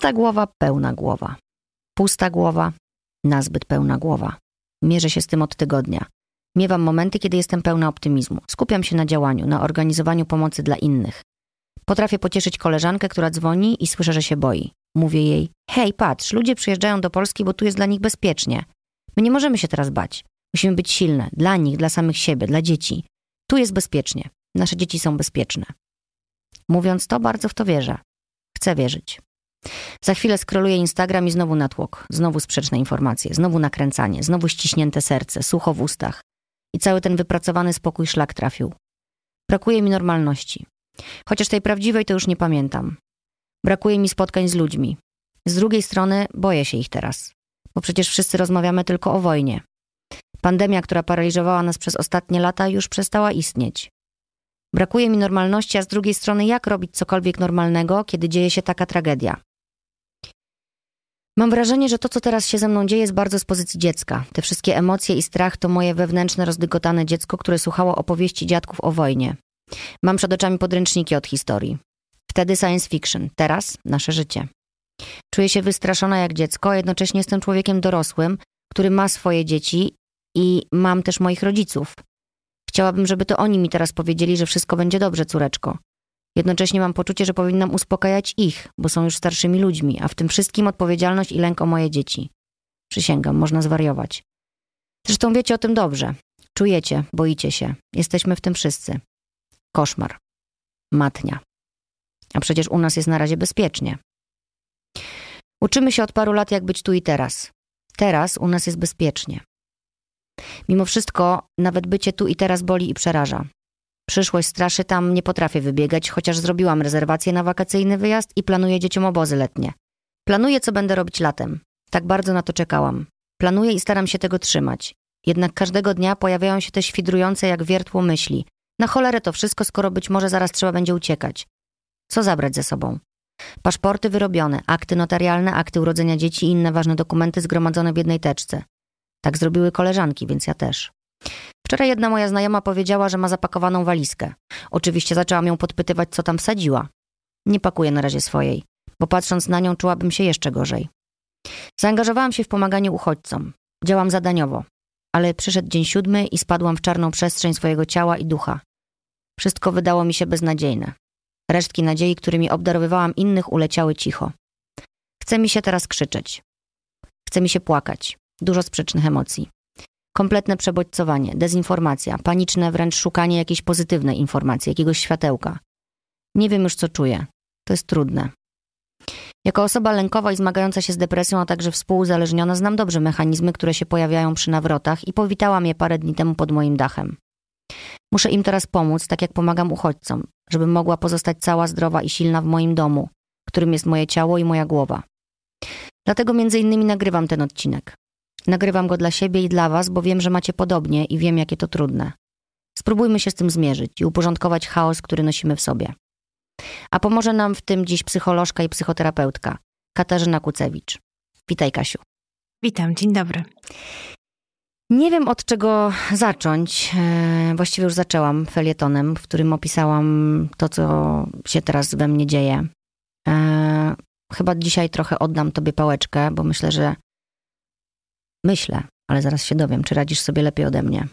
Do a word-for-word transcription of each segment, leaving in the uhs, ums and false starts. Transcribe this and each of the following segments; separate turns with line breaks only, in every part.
Pusta głowa, pełna głowa. Pusta głowa, nazbyt pełna głowa. Mierzę się z tym od tygodnia. Miewam momenty, kiedy jestem pełna optymizmu. Skupiam się na działaniu, na organizowaniu pomocy dla innych. Potrafię pocieszyć koleżankę, która dzwoni i słyszę, że się boi. Mówię jej, hej, patrz, ludzie przyjeżdżają do Polski, bo tu jest dla nich bezpiecznie. My nie możemy się teraz bać. Musimy być silne. Dla nich, dla samych siebie, dla dzieci. Tu jest bezpiecznie. Nasze dzieci są bezpieczne. Mówiąc to, bardzo w to wierzę. Chcę wierzyć. Za chwilę scrolluję Instagram i znowu natłok. Znowu sprzeczne informacje. Znowu nakręcanie. Znowu ściśnięte serce. Sucho w ustach. I cały ten wypracowany spokój szlak trafił. Brakuje mi normalności. Chociaż tej prawdziwej to już nie pamiętam. Brakuje mi spotkań z ludźmi. Z drugiej strony boję się ich teraz. Bo przecież wszyscy rozmawiamy tylko o wojnie. Pandemia, która paraliżowała nas przez ostatnie lata, już przestała istnieć. Brakuje mi normalności, a z drugiej strony jak robić cokolwiek normalnego, kiedy dzieje się taka tragedia? Mam wrażenie, że to, co teraz się ze mną dzieje, jest bardzo z pozycji dziecka. Te wszystkie emocje i strach to moje wewnętrzne, rozdygotane dziecko, które słuchało opowieści dziadków o wojnie. Mam przed oczami podręczniki od historii. Wtedy science fiction, teraz nasze życie. Czuję się wystraszona jak dziecko, a jednocześnie jestem człowiekiem dorosłym, który ma swoje dzieci i mam też moich rodziców. Chciałabym, żeby to oni mi teraz powiedzieli, że wszystko będzie dobrze, córeczko. Jednocześnie mam poczucie, że powinnam uspokajać ich, bo są już starszymi ludźmi, a w tym wszystkim odpowiedzialność i lęk o moje dzieci. Przysięgam, można zwariować. Zresztą wiecie o tym dobrze. Czujecie, boicie się. Jesteśmy w tym wszyscy. Koszmar. Matnia. A przecież u nas jest na razie bezpiecznie. Uczymy się od paru lat, jak być tu i teraz. Teraz u nas jest bezpiecznie. Mimo wszystko, nawet bycie tu i teraz boli i przeraża. Przyszłość straszy, tam nie potrafię wybiegać, chociaż zrobiłam rezerwację na wakacyjny wyjazd i planuję dzieciom obozy letnie. Planuję, co będę robić latem. Tak bardzo na to czekałam. Planuję i staram się tego trzymać. Jednak każdego dnia pojawiają się te świdrujące jak wiertło myśli. Na cholerę to wszystko, skoro być może zaraz trzeba będzie uciekać. Co zabrać ze sobą? Paszporty wyrobione, akty notarialne, akty urodzenia dzieci i inne ważne dokumenty zgromadzone w jednej teczce. Tak zrobiły koleżanki, więc ja też. Wczoraj jedna moja znajoma powiedziała, że ma zapakowaną walizkę. Oczywiście zaczęłam ją podpytywać, co tam wsadziła. Nie pakuję na razie swojej, bo patrząc na nią czułabym się jeszcze gorzej. Zaangażowałam się w pomaganie uchodźcom. Działam zadaniowo. Ale przyszedł dzień siódmy i spadłam w czarną przestrzeń swojego ciała i ducha. Wszystko wydało mi się beznadziejne. Resztki nadziei, którymi obdarowywałam innych, uleciały cicho. Chce mi się teraz krzyczeć. Chce mi się płakać. Dużo sprzecznych emocji. Kompletne przebodźcowanie, dezinformacja, paniczne wręcz szukanie jakiejś pozytywnej informacji, jakiegoś światełka. Nie wiem już, co czuję. To jest trudne. Jako osoba lękowa i zmagająca się z depresją, a także współuzależniona, znam dobrze mechanizmy, które się pojawiają przy nawrotach i powitałam je parę dni temu pod moim dachem. Muszę im teraz pomóc, tak jak pomagam uchodźcom, żebym mogła pozostać cała, zdrowa i silna w moim domu, którym jest moje ciało i moja głowa. Dlatego między innymi nagrywam ten odcinek. Nagrywam go dla siebie i dla was, bo wiem, że macie podobnie i wiem, jakie to trudne. Spróbujmy się z tym zmierzyć i uporządkować chaos, który nosimy w sobie. A pomoże nam w tym dziś psycholożka i psychoterapeutka Katarzyna Kucewicz. Witaj, Kasiu.
Witam, dzień dobry.
Nie wiem, od czego zacząć. Właściwie już zaczęłam felietonem, w którym opisałam to, co się teraz we mnie dzieje. Chyba dzisiaj trochę oddam tobie pałeczkę, bo myślę, że Myślę, ale zaraz się dowiem, czy radzisz sobie lepiej ode mnie.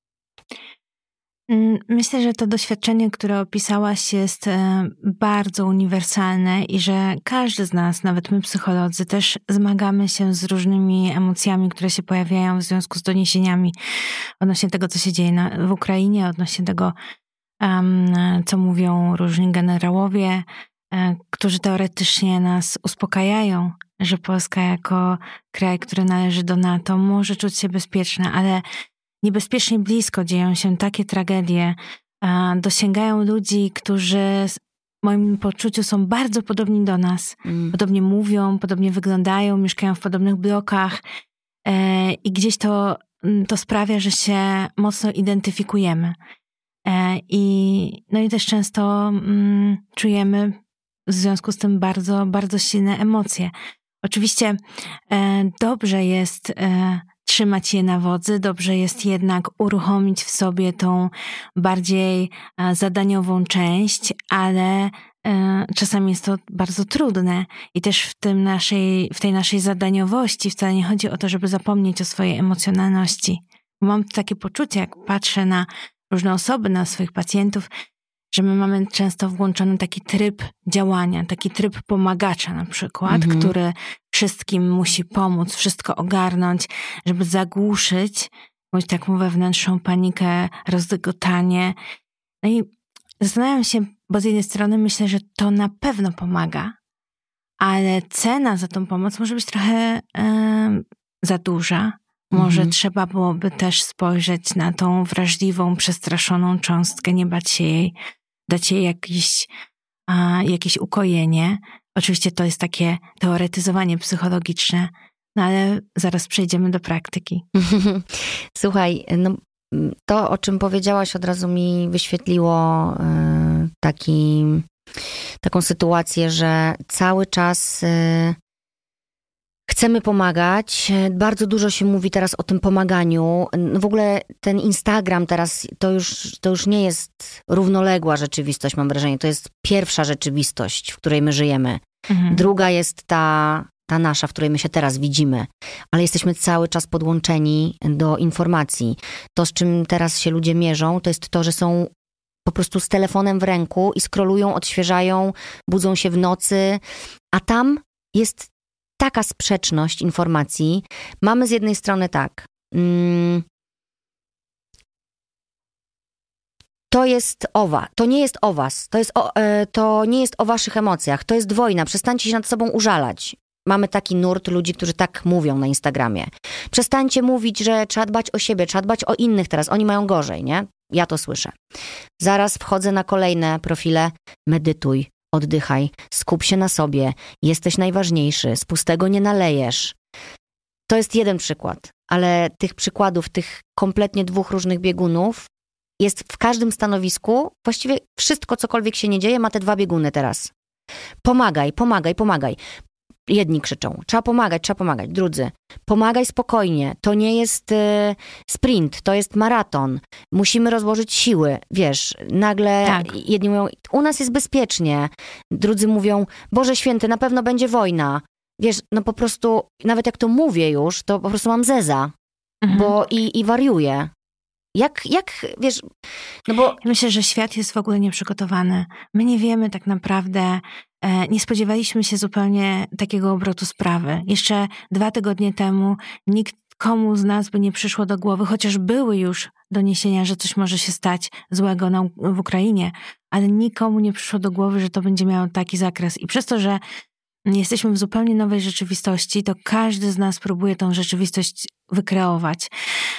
Myślę, że to doświadczenie, które opisałaś, jest bardzo uniwersalne i że każdy z nas, nawet my psycholodzy, też zmagamy się z różnymi emocjami, które się pojawiają w związku z doniesieniami odnośnie tego, co się dzieje na, w Ukrainie, odnośnie tego, um, co mówią różni generałowie, um, którzy teoretycznie nas uspokajają, że Polska jako kraj, który należy do NATO, może czuć się bezpieczna, ale niebezpiecznie blisko dzieją się takie tragedie, dosięgają ludzi, którzy w moim poczuciu są bardzo podobni do nas. Mm. Podobnie mówią, podobnie wyglądają, mieszkają w podobnych blokach i gdzieś to, to sprawia, że się mocno identyfikujemy. I, no i też często mm, czujemy w związku z tym bardzo, bardzo silne emocje. Oczywiście e, dobrze jest e, trzymać je na wodzy, dobrze jest jednak uruchomić w sobie tą bardziej zadaniową część, ale czasami jest to bardzo trudne i też w, tym naszej, w tej naszej zadaniowości wcale nie chodzi o to, żeby zapomnieć o swojej emocjonalności. Mam takie poczucie, jak patrzę na różne osoby, na swoich pacjentów, że my mamy często włączony taki tryb działania, taki tryb pomagacza na przykład, mhm. który wszystkim musi pomóc, wszystko ogarnąć, żeby zagłuszyć bądź taką wewnętrzną panikę, rozdygotanie. No i zastanawiam się, bo z jednej strony myślę, że to na pewno pomaga, ale cena za tą pomoc może być trochę e, za duża. Może mhm. trzeba byłoby też spojrzeć na tą wrażliwą, przestraszoną cząstkę, nie bać się jej, dać jej jakieś, a, jakieś ukojenie. Oczywiście to jest takie teoretyzowanie psychologiczne, no ale zaraz przejdziemy do praktyki.
Słuchaj, no, to o czym powiedziałaś od razu mi wyświetliło y, taki, taką sytuację, że cały czas... Y, Chcemy pomagać. Bardzo dużo się mówi teraz o tym pomaganiu. W ogóle ten Instagram teraz to już, to już nie jest równoległa rzeczywistość, mam wrażenie. To jest pierwsza rzeczywistość, w której my żyjemy. Mhm. Druga jest ta, ta nasza, w której my się teraz widzimy. Ale jesteśmy cały czas podłączeni do informacji. To, z czym teraz się ludzie mierzą, to jest to, że są po prostu z telefonem w ręku i scrollują, odświeżają, budzą się w nocy. A tam jest taka sprzeczność informacji. Mamy z jednej strony tak, mm, to jest o was, to nie jest o was, to, jest o, e, to nie jest o waszych emocjach, to jest wojna, przestańcie się nad sobą użalać. Mamy taki nurt ludzi, którzy tak mówią na Instagramie. Przestańcie mówić, że trzeba dbać o siebie, trzeba dbać o innych teraz, oni mają gorzej, nie? Ja to słyszę. Zaraz wchodzę na kolejne profile, medytuj. Oddychaj, skup się na sobie, jesteś najważniejszy, z pustego nie nalejesz. To jest jeden przykład, ale tych przykładów, tych kompletnie dwóch różnych biegunów jest w każdym stanowisku, właściwie wszystko, cokolwiek się nie dzieje, ma te dwa bieguny teraz. Pomagaj, pomagaj, pomagaj. Jedni krzyczą, trzeba pomagać, trzeba pomagać. Drudzy, pomagaj spokojnie, to nie jest y, sprint, to jest maraton. Musimy rozłożyć siły, wiesz, nagle tak. Jedni mówią, u nas jest bezpiecznie. Drudzy mówią, Boże Święty, na pewno będzie wojna. Wiesz, no po prostu, nawet jak to mówię już, to po prostu mam zeza, mhm. bo i, i wariuję. Jak, jak, wiesz, no bo...
Myślę, że świat jest w ogóle nieprzygotowany. My nie wiemy tak naprawdę, e, nie spodziewaliśmy się zupełnie takiego obrotu sprawy. Jeszcze dwa tygodnie temu nikt komu z nas by nie przyszło do głowy, chociaż były już doniesienia, że coś może się stać złego na, w Ukrainie, ale nikomu nie przyszło do głowy, że to będzie miało taki zakres. I przez to, że jesteśmy w zupełnie nowej rzeczywistości, to każdy z nas próbuje tą rzeczywistość wykreować.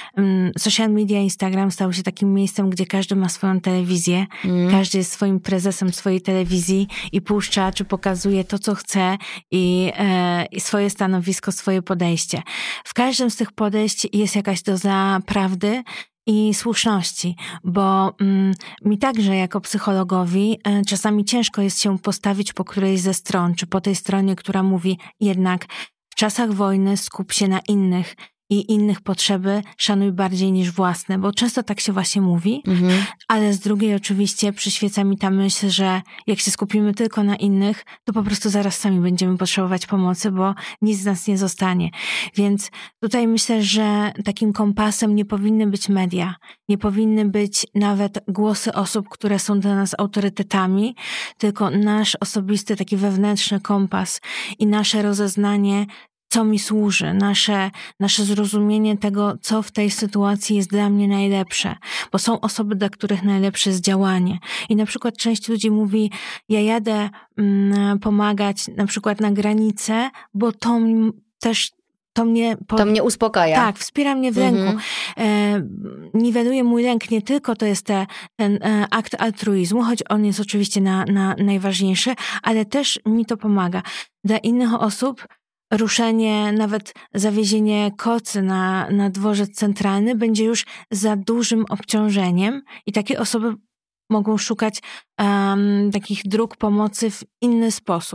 Social media, Instagram stały się takim miejscem, gdzie każdy ma swoją telewizję, mm. każdy jest swoim prezesem swojej telewizji i puszcza, czy pokazuje to, co chce i, e, i swoje stanowisko, swoje podejście. W każdym z tych podejść jest jakaś doza prawdy i słuszności, bo mm, mi także jako psychologowi e, czasami ciężko jest się postawić po którejś ze stron, czy po tej stronie, która mówi jednak w czasach wojny skup się na innych i innych potrzeby szanuj bardziej niż własne, bo często tak się właśnie mówi, mhm. ale z drugiej oczywiście przyświeca mi ta myśl, że jak się skupimy tylko na innych, to po prostu zaraz sami będziemy potrzebować pomocy, bo nic z nas nie zostanie. Więc tutaj myślę, że takim kompasem nie powinny być media, nie powinny być nawet głosy osób, które są dla nas autorytetami, tylko nasz osobisty, taki wewnętrzny kompas i nasze rozeznanie, co mi służy, nasze, nasze zrozumienie tego, co w tej sytuacji jest dla mnie najlepsze. Bo są osoby, dla których najlepsze jest działanie. I na przykład część ludzi mówi, ja jadę mm, pomagać na przykład na granicę, bo to m- też to mnie... Po...
To mnie uspokaja.
Tak, wspiera mnie w lęku. Mhm. E, niweluje mój lęk. Nie tylko to jest te, ten e, akt altruizmu, choć on jest oczywiście na, na najważniejszy, ale też mi to pomaga. Dla innych osób ruszenie, nawet zawiezienie kocy na, na dworzec centralny będzie już za dużym obciążeniem i takie osoby mogą szukać um, takich dróg pomocy w inny sposób.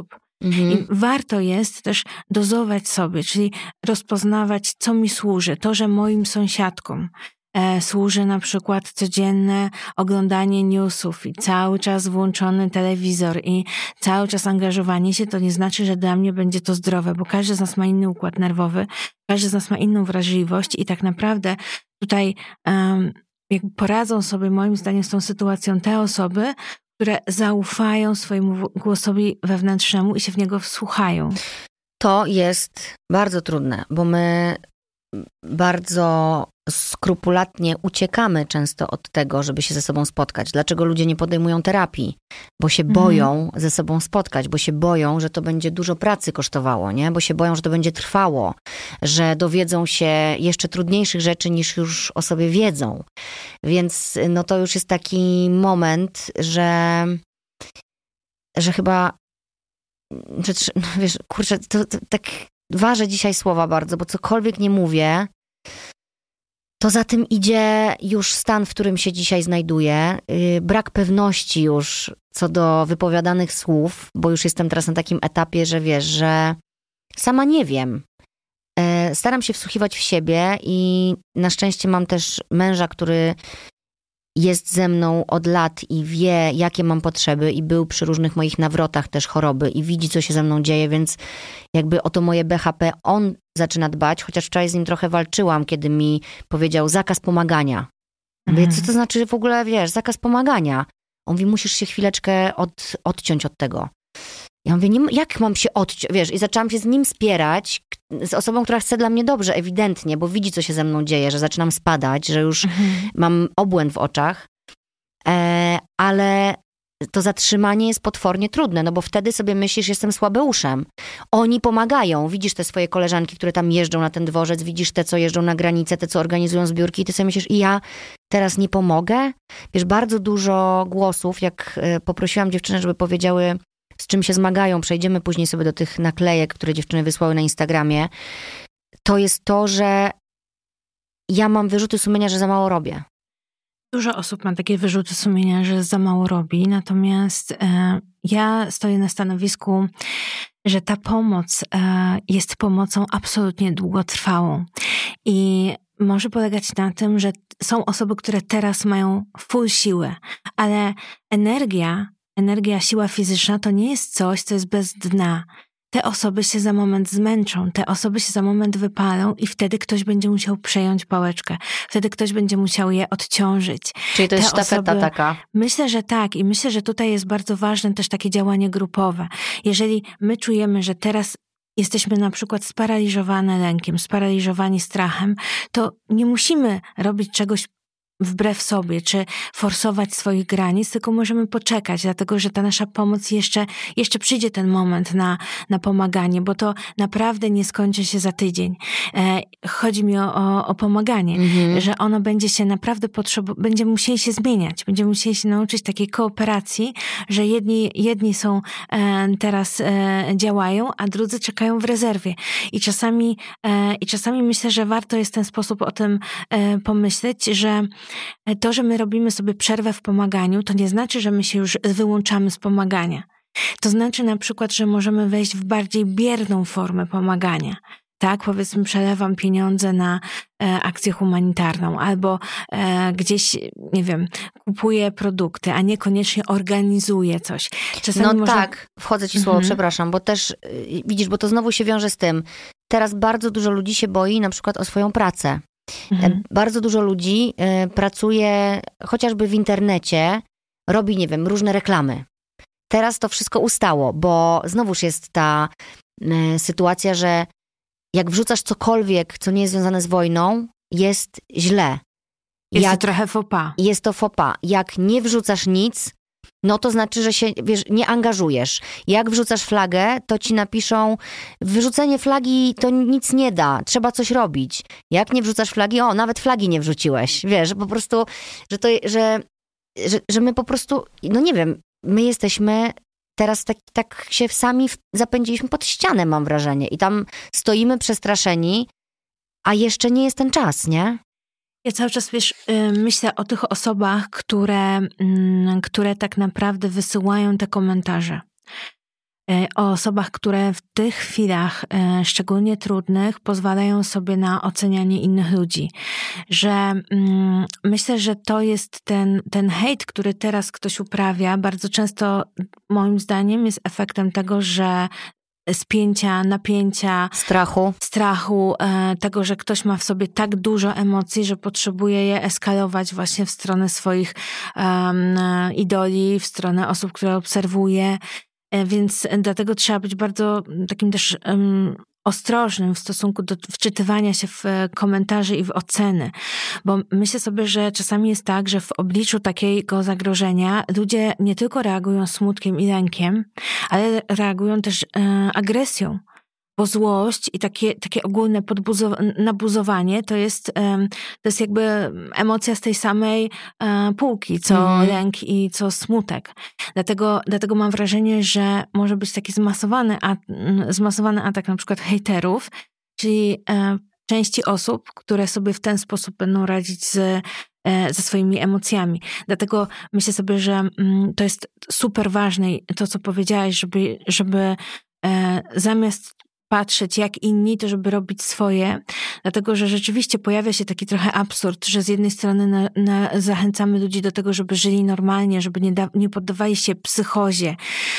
Mhm. I warto jest też dozować sobie, czyli rozpoznawać, co mi służy. To, że moim sąsiadkom e, służy na przykład codzienne oglądanie newsów i cały czas włączony telewizor i cały czas angażowanie się, to nie znaczy, że dla mnie będzie to zdrowe, bo każdy z nas ma inny układ nerwowy, każdy z nas ma inną wrażliwość i tak naprawdę tutaj um, jakby poradzą sobie moim zdaniem z tą sytuacją te osoby, które zaufają swojemu głosowi wewnętrznemu i się w niego wsłuchają.
To jest bardzo trudne, bo my bardzo skrupulatnie uciekamy często od tego, żeby się ze sobą spotkać. Dlaczego ludzie nie podejmują terapii? Bo się boją mhm. ze sobą spotkać, bo się boją, że to będzie dużo pracy kosztowało, nie? Bo się boją, że to będzie trwało, że dowiedzą się jeszcze trudniejszych rzeczy niż już o sobie wiedzą. Więc no to już jest taki moment, że że chyba że, no wiesz, kurczę, to, to tak ważę dzisiaj słowa bardzo, bo cokolwiek nie mówię, to za tym idzie już stan, w którym się dzisiaj znajduję. Yy, brak pewności już co do wypowiadanych słów, bo już jestem teraz na takim etapie, że wiesz, że sama nie wiem. Yy, staram się wsłuchiwać w siebie i na szczęście mam też męża, który jest ze mną od lat i wie, jakie mam potrzeby i był przy różnych moich nawrotach też choroby i widzi, co się ze mną dzieje, więc jakby o to moje B H P on zaczyna dbać, chociaż wczoraj z nim trochę walczyłam, kiedy mi powiedział zakaz pomagania. Mhm. Mówię, co to znaczy w ogóle, wiesz, zakaz pomagania? On mówi, musisz się chwileczkę od, odciąć od tego. Ja mówię, nie, jak mam się odciąć? Wiesz, i zaczęłam się z nim spierać, z osobą, która chce dla mnie dobrze, ewidentnie, bo widzi, co się ze mną dzieje, że zaczynam spadać, że już mhm. mam obłęd w oczach. E, ale to zatrzymanie jest potwornie trudne, no bo wtedy sobie myślisz, jestem słabeuszem. Oni pomagają. Widzisz te swoje koleżanki, które tam jeżdżą na ten dworzec, widzisz te, co jeżdżą na granicę, te, co organizują zbiórki i ty sobie myślisz, i ja teraz nie pomogę? Wiesz, bardzo dużo głosów, jak poprosiłam dziewczyny, żeby powiedziały, z czym się zmagają, przejdziemy później sobie do tych naklejek, które dziewczyny wysłały na Instagramie, to jest to, że ja mam wyrzuty sumienia, że za mało robię.
Dużo osób ma takie wyrzuty sumienia, że za mało robi, natomiast e, ja stoję na stanowisku, że ta pomoc e, jest pomocą absolutnie długotrwałą i może polegać na tym, że są osoby, które teraz mają full siłę, ale energia Energia, siła fizyczna to nie jest coś, co jest bez dna. Te osoby się za moment zmęczą, te osoby się za moment wypalą i wtedy ktoś będzie musiał przejąć pałeczkę. Wtedy ktoś będzie musiał je odciążyć.
Czyli to jest sztafeta taka?
Myślę, że tak i myślę, że tutaj jest bardzo ważne też takie działanie grupowe. Jeżeli my czujemy, że teraz jesteśmy na przykład sparaliżowane lękiem, sparaliżowani strachem, to nie musimy robić czegoś wbrew sobie, czy forsować swoich granic, tylko możemy poczekać, dlatego że ta nasza pomoc jeszcze, jeszcze przyjdzie ten moment na, na pomaganie, bo to naprawdę nie skończy się za tydzień. E, chodzi mi o, o, o pomaganie, mhm. że ono będzie się naprawdę potrzebować, będziemy musieli się zmieniać, będziemy musieli się nauczyć takiej kooperacji, że jedni, jedni są e, teraz e, działają, a drudzy czekają w rezerwie. I czasami, e, i czasami myślę, że warto jest w ten sposób o tym e, pomyśleć, że to, że my robimy sobie przerwę w pomaganiu, to nie znaczy, że my się już wyłączamy z pomagania. To znaczy na przykład, że możemy wejść w bardziej bierną formę pomagania. Tak, powiedzmy, przelewam pieniądze na e, akcję humanitarną albo e, gdzieś, nie wiem, kupuję produkty, a niekoniecznie organizuję coś.
Czasami no można... tak, wchodzę ci słowo, mhm. przepraszam, bo też y, widzisz, bo to znowu się wiąże z tym. Teraz bardzo dużo ludzi się boi na przykład o swoją pracę. Mhm. Bardzo dużo ludzi y, pracuje chociażby w internecie, robi, nie wiem, różne reklamy. Teraz to wszystko ustało, bo znowuż jest ta y, sytuacja, że jak wrzucasz cokolwiek, co nie jest związane z wojną, jest źle.
Jest
jak,
to trochę faux pas.
Jest to faux pas. Jak nie wrzucasz nic, no to znaczy, że się, wiesz, nie angażujesz. Jak wrzucasz flagę, to ci napiszą, wyrzucenie flagi to nic nie da, trzeba coś robić. Jak nie wrzucasz flagi, o, nawet flagi nie wrzuciłeś. Wiesz, po prostu, że to, że, że, że my po prostu, no nie wiem, my jesteśmy teraz tak, tak się sami zapędziliśmy pod ścianę, mam wrażenie. I tam stoimy przestraszeni, a jeszcze nie jest ten czas, nie?
Ja cały czas, wiesz, myślę o tych osobach, które, które tak naprawdę wysyłają te komentarze. o osobach, które w tych chwilach, szczególnie trudnych, pozwalają sobie na ocenianie innych ludzi. Że mm, myślę, że to jest ten, ten hejt, który teraz ktoś uprawia, bardzo często moim zdaniem jest efektem tego, że spięcia, napięcia,
strachu,
strachu e, tego, że ktoś ma w sobie tak dużo emocji, że potrzebuje je eskalować właśnie w stronę swoich um, idoli, w stronę osób, które obserwuje. E, więc dlatego trzeba być bardzo takim też um, ostrożnym w stosunku do wczytywania się w komentarzy i w oceny. Bo myślę sobie, że czasami jest tak, że w obliczu takiego zagrożenia ludzie nie tylko reagują smutkiem i lękiem, ale reagują też e, agresją. Bo złość i takie, takie ogólne podbuzo- nabuzowanie to jest, um, to jest jakby emocja z tej samej um, półki, co mm. lęk i co smutek. Dlatego, dlatego mam wrażenie, że może być taki zmasowany, at, zmasowany atak na przykład hejterów, czyli um, części osób, które sobie w ten sposób będą radzić z, ze swoimi emocjami. Dlatego myślę sobie, że um, to jest super ważne to, co powiedziałaś, żeby, żeby e, zamiast patrzeć jak inni, to żeby robić swoje. Dlatego, że rzeczywiście pojawia się taki trochę absurd, że z jednej strony na, na, zachęcamy ludzi do tego, żeby żyli normalnie, żeby nie, da, nie poddawali się psychozie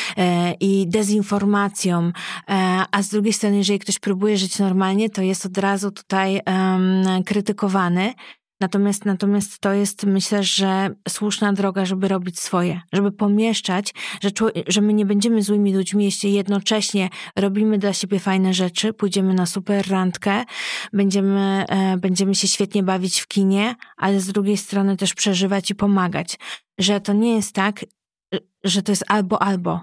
e, i dezinformacjom, e, a z drugiej strony, jeżeli ktoś próbuje żyć normalnie, to jest od razu tutaj um, krytykowany. Natomiast, natomiast to jest, myślę, że słuszna droga, żeby robić swoje, żeby pomieszczać, że, że my nie będziemy złymi ludźmi, jeśli jednocześnie robimy dla siebie fajne rzeczy, pójdziemy na super randkę, będziemy, e, będziemy się świetnie bawić w kinie, ale z drugiej strony też przeżywać i pomagać. Że to nie jest tak, że to jest albo, albo.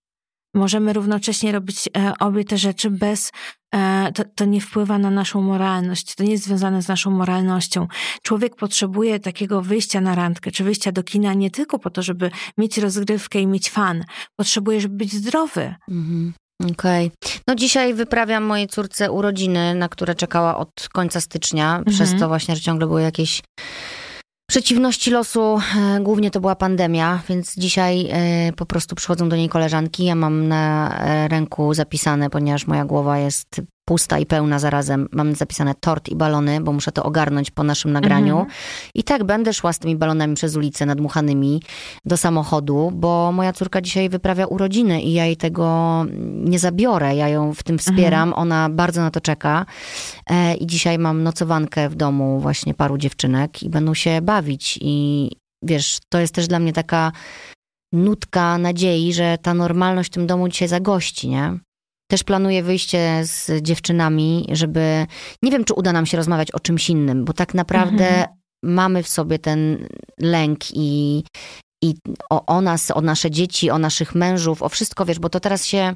Możemy równocześnie robić e, obie te rzeczy bez, e, to, to nie wpływa na naszą moralność, to nie jest związane z naszą moralnością. Człowiek potrzebuje takiego wyjścia na randkę, czy wyjścia do kina nie tylko po to, żeby mieć rozgrywkę i mieć fan. Potrzebuje, żeby być zdrowy.
Mhm. Okej. Okay. No dzisiaj wyprawiam mojej córce urodziny, na które czekała od końca stycznia, mhm. przez to właśnie, że ciągle były jakieś przeciwności losu, głównie to była pandemia, więc dzisiaj y, po prostu przychodzą do niej koleżanki. Ja mam na ręku zapisane, ponieważ moja głowa jest pusta i pełna zarazem. Mam zapisane tort i balony, bo muszę to ogarnąć po naszym nagraniu. Mhm. I tak będę szła z tymi balonami przez ulicę nadmuchanymi do samochodu, bo moja córka dzisiaj wyprawia urodziny i ja jej tego nie zabiorę. Ja ją w tym wspieram. Mhm. Ona bardzo na to czeka. E, I dzisiaj mam nocowankę w domu właśnie paru dziewczynek i będą się bawić. I wiesz, to jest też dla mnie taka nutka nadziei, że ta normalność w tym domu dzisiaj zagości, nie? Też planuję wyjście z dziewczynami, żeby... Nie wiem, czy uda nam się rozmawiać o czymś innym, bo tak naprawdę mhm. mamy w sobie ten lęk i, i o, o nas, o nasze dzieci, o naszych mężów, o wszystko, wiesz, bo to teraz się...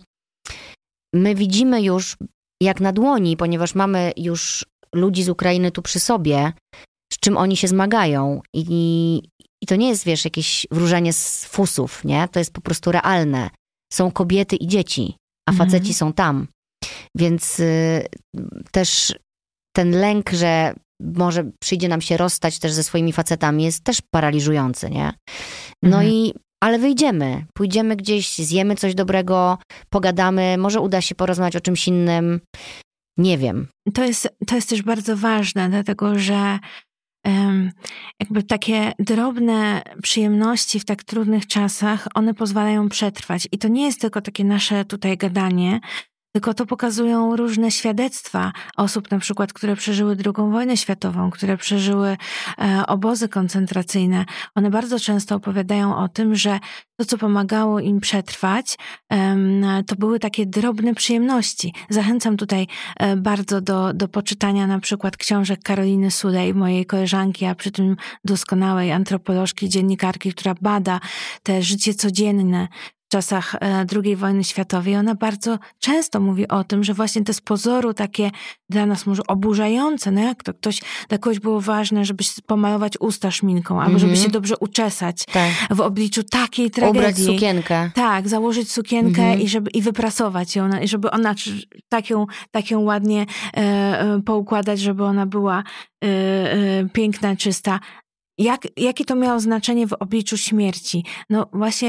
My widzimy już jak na dłoni, ponieważ mamy już ludzi z Ukrainy tu przy sobie, z czym oni się zmagają. I, i to nie jest, wiesz, jakieś wróżenie z fusów, nie? To jest po prostu realne. Są kobiety i dzieci. A faceci mhm. są tam. Więc y, też ten lęk, że może przyjdzie nam się rozstać też ze swoimi facetami, jest też paraliżujący, nie? No mhm. i, ale wyjdziemy. Pójdziemy gdzieś, zjemy coś dobrego, pogadamy, może uda się porozmawiać o czymś innym. Nie wiem.
To jest, to jest też bardzo ważne, dlatego że um, jakby takie drobne przyjemności w tak trudnych czasach, one pozwalają przetrwać. I to nie jest tylko takie nasze tutaj gadanie, tylko to pokazują różne świadectwa osób, na przykład, które przeżyły drugą wojnę światową, które przeżyły e, obozy koncentracyjne. One bardzo często opowiadają o tym, że to, co pomagało im przetrwać, e, to były takie drobne przyjemności. Zachęcam tutaj e, bardzo do, do poczytania na przykład książek Karoliny Sulej, mojej koleżanki, a przy tym doskonałej antropolożki, dziennikarki, która bada te życie codzienne w czasach drugiej wojny światowej. Ona bardzo często mówi o tym, że właśnie to z pozoru takie dla nas może oburzające, no jak to ktoś, dla kogoś było ważne, żeby pomalować usta szminką, albo mm-hmm. żeby się dobrze uczesać tak. w obliczu takiej tragedii.
Ubrać sukienkę.
Tak, założyć sukienkę mm-hmm. i, żeby, i wyprasować ją, i żeby ona tak ją, tak ją ładnie e, e, poukładać, żeby ona była e, e, piękna, czysta. Jak, jakie to miało znaczenie w obliczu śmierci? No właśnie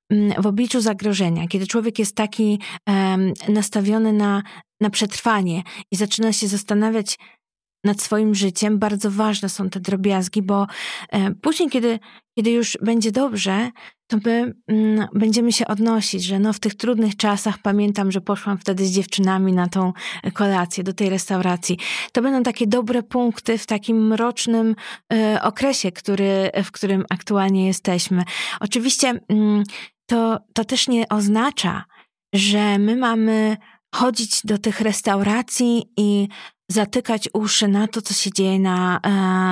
w obliczu zagrożenia, kiedy człowiek jest taki um, nastawiony na, na przetrwanie i zaczyna się zastanawiać nad swoim życiem, bardzo ważne są te drobiazgi, bo e, później, kiedy, kiedy już będzie dobrze, to my mm, będziemy się odnosić, że no w tych trudnych czasach pamiętam, że poszłam wtedy z dziewczynami na tą kolację, do tej restauracji. To będą takie dobre punkty w takim mrocznym e, okresie, który, w którym aktualnie jesteśmy. Oczywiście mm, to, to też nie oznacza, że my mamy chodzić do tych restauracji i zatykać uszy na to, co się dzieje na,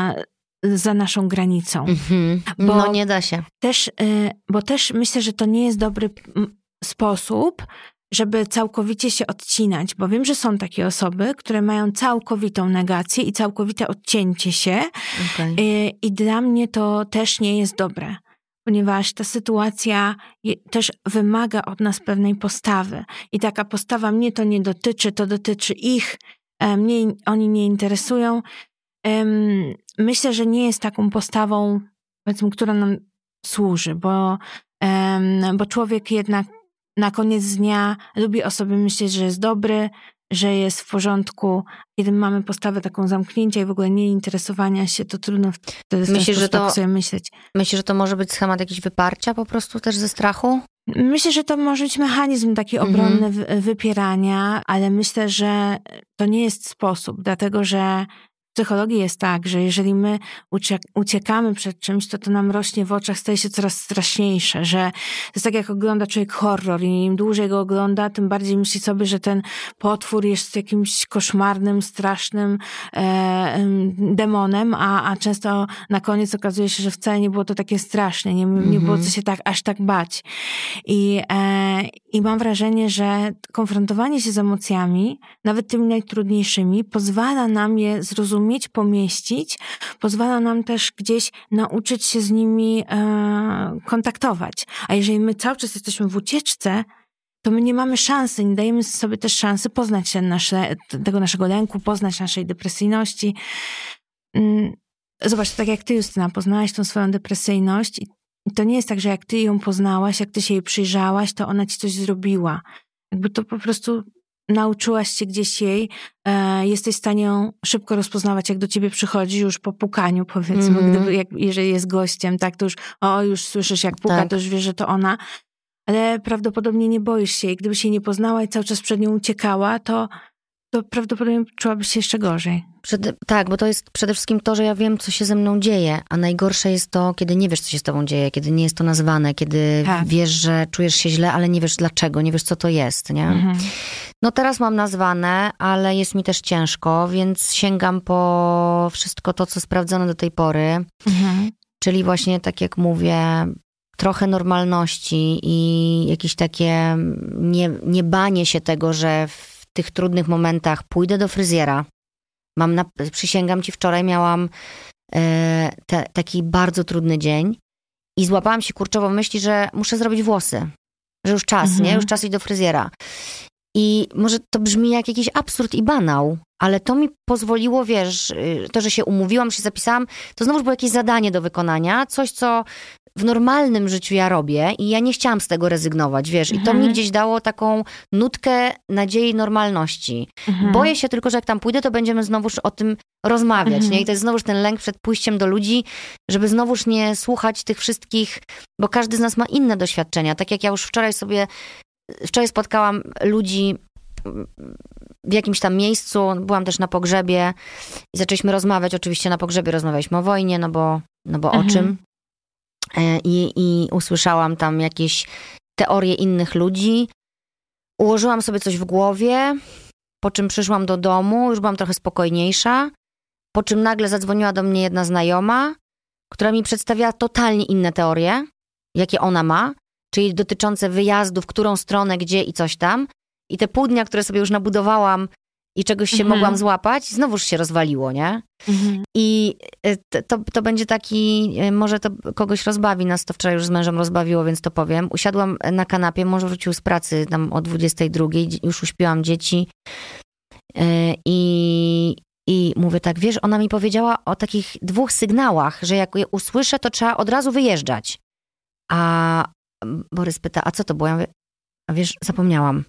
e, za naszą granicą.
Mm-hmm.
Bo
no nie da się.
Też, e, bo też myślę, że to nie jest dobry m, sposób, żeby całkowicie się odcinać, bo wiem, że są takie osoby, które mają całkowitą negację i całkowite odcięcie się okay. e, i dla mnie to też nie jest dobre. Ponieważ ta sytuacja je, też wymaga od nas pewnej postawy. I taka postawa mnie to nie dotyczy, to dotyczy ich, e, mnie oni nie interesują. E, myślę, że nie jest taką postawą, powiedzmy, która nam służy, bo, e, bo człowiek jednak na koniec dnia lubi o sobie myśleć, że jest dobry, że jest w porządku. Kiedy mamy postawę taką zamknięcia i w ogóle nie interesowania się, to trudno wtedy w
myślę, że to,
sobie myśleć.
Myślę, że to może być schemat jakiegoś wyparcia po prostu też ze strachu?
Myślę, że to może być mechanizm taki obronny mhm. wypierania, ale myślę, że to nie jest sposób, dlatego że w psychologii jest tak, że jeżeli my uciekamy przed czymś, to to nam rośnie w oczach, staje się coraz straszniejsze, że to jest tak jak ogląda człowiek horror i im dłużej go ogląda, tym bardziej myśli sobie, że ten potwór jest jakimś koszmarnym, strasznym e, demonem, a, a często na koniec okazuje się, że wcale nie było to takie straszne, nie, nie było co się tak aż tak bać. I, e, i mam wrażenie, że konfrontowanie się z emocjami, nawet tymi najtrudniejszymi, pozwala nam je zrozumieć, mieć, pomieścić, pozwala nam też gdzieś nauczyć się z nimi e, kontaktować. A jeżeli my cały czas jesteśmy w ucieczce, to my nie mamy szansy, nie dajemy sobie też szansy poznać się nasze, tego naszego lęku, poznać naszej depresyjności. Zobacz, tak jak ty, Justyna, poznałaś tą swoją depresyjność i to nie jest tak, że jak ty ją poznałaś, jak ty się jej przyjrzałaś, to ona ci coś zrobiła. Jakby to po prostu nauczyłaś się gdzieś jej, e, jesteś w stanie ją szybko rozpoznawać, jak do ciebie przychodzi już po pukaniu, powiedzmy, mm-hmm. gdyby, jak, jeżeli jest gościem, tak, to już, o, już słyszysz, jak puka, tak. to już wiesz, że to ona, ale prawdopodobnie nie boisz się i gdyby się nie poznała i cały czas przed nią uciekała, to, to prawdopodobnie czułabyś się jeszcze gorzej.
Przed, tak, bo to jest przede wszystkim to, że ja wiem, co się ze mną dzieje, a najgorsze jest to, kiedy nie wiesz, co się z tobą dzieje, kiedy nie jest to nazwane, kiedy tak. wiesz, że czujesz się źle, ale nie wiesz dlaczego, nie wiesz, co to jest, nie? Mhm. No teraz mam nazwane, ale jest mi też ciężko, więc sięgam po wszystko to, co sprawdzono do tej pory, mhm. czyli właśnie, tak jak mówię, trochę normalności i jakieś takie nie, nie banie się tego, że w tych trudnych momentach pójdę do fryzjera. Mam na, przysięgam ci, wczoraj miałam e, te, taki bardzo trudny dzień i złapałam się kurczowo myśli, że muszę zrobić włosy, że już czas, mhm. nie? Już czas iść do fryzjera. I może to brzmi jak jakiś absurd i banał, ale to mi pozwoliło, wiesz, to, że się umówiłam, się zapisałam, to znowu było jakieś zadanie do wykonania, coś, co w normalnym życiu ja robię i ja nie chciałam z tego rezygnować, wiesz. Mhm. I to mi gdzieś dało taką nutkę nadziei normalności. Mhm. Boję się tylko, że jak tam pójdę, to będziemy znowuż o tym rozmawiać, mhm. nie? I to jest znowuż ten lęk przed pójściem do ludzi, żeby znowuż nie słuchać tych wszystkich, bo każdy z nas ma inne doświadczenia. Tak jak ja już wczoraj sobie, wczoraj spotkałam ludzi w jakimś tam miejscu, byłam też na pogrzebie i zaczęliśmy rozmawiać, oczywiście na pogrzebie rozmawialiśmy o wojnie, no bo, no bo mhm. o czym? I, I usłyszałam tam jakieś teorie innych ludzi. Ułożyłam sobie coś w głowie, po czym przyszłam do domu, już byłam trochę spokojniejsza, po czym nagle zadzwoniła do mnie jedna znajoma, która mi przedstawiała totalnie inne teorie, jakie ona ma, czyli dotyczące wyjazdu, w którą stronę, gdzie i coś tam. I te pół dnia, które sobie już nabudowałam i czegoś się mhm. mogłam złapać, znowuż się rozwaliło, nie? Mhm. I to, to będzie taki, może to kogoś rozbawi, nas to wczoraj już z mężem rozbawiło, więc to powiem. Usiadłam na kanapie, mąż wrócił z pracy tam o dwudziestej drugiej, już uśpiłam dzieci i, i mówię tak, wiesz, ona mi powiedziała o takich dwóch sygnałach, że jak je usłyszę, to trzeba od razu wyjeżdżać. A Borys pyta, a co to było? Ja mówię, a wiesz, zapomniałam.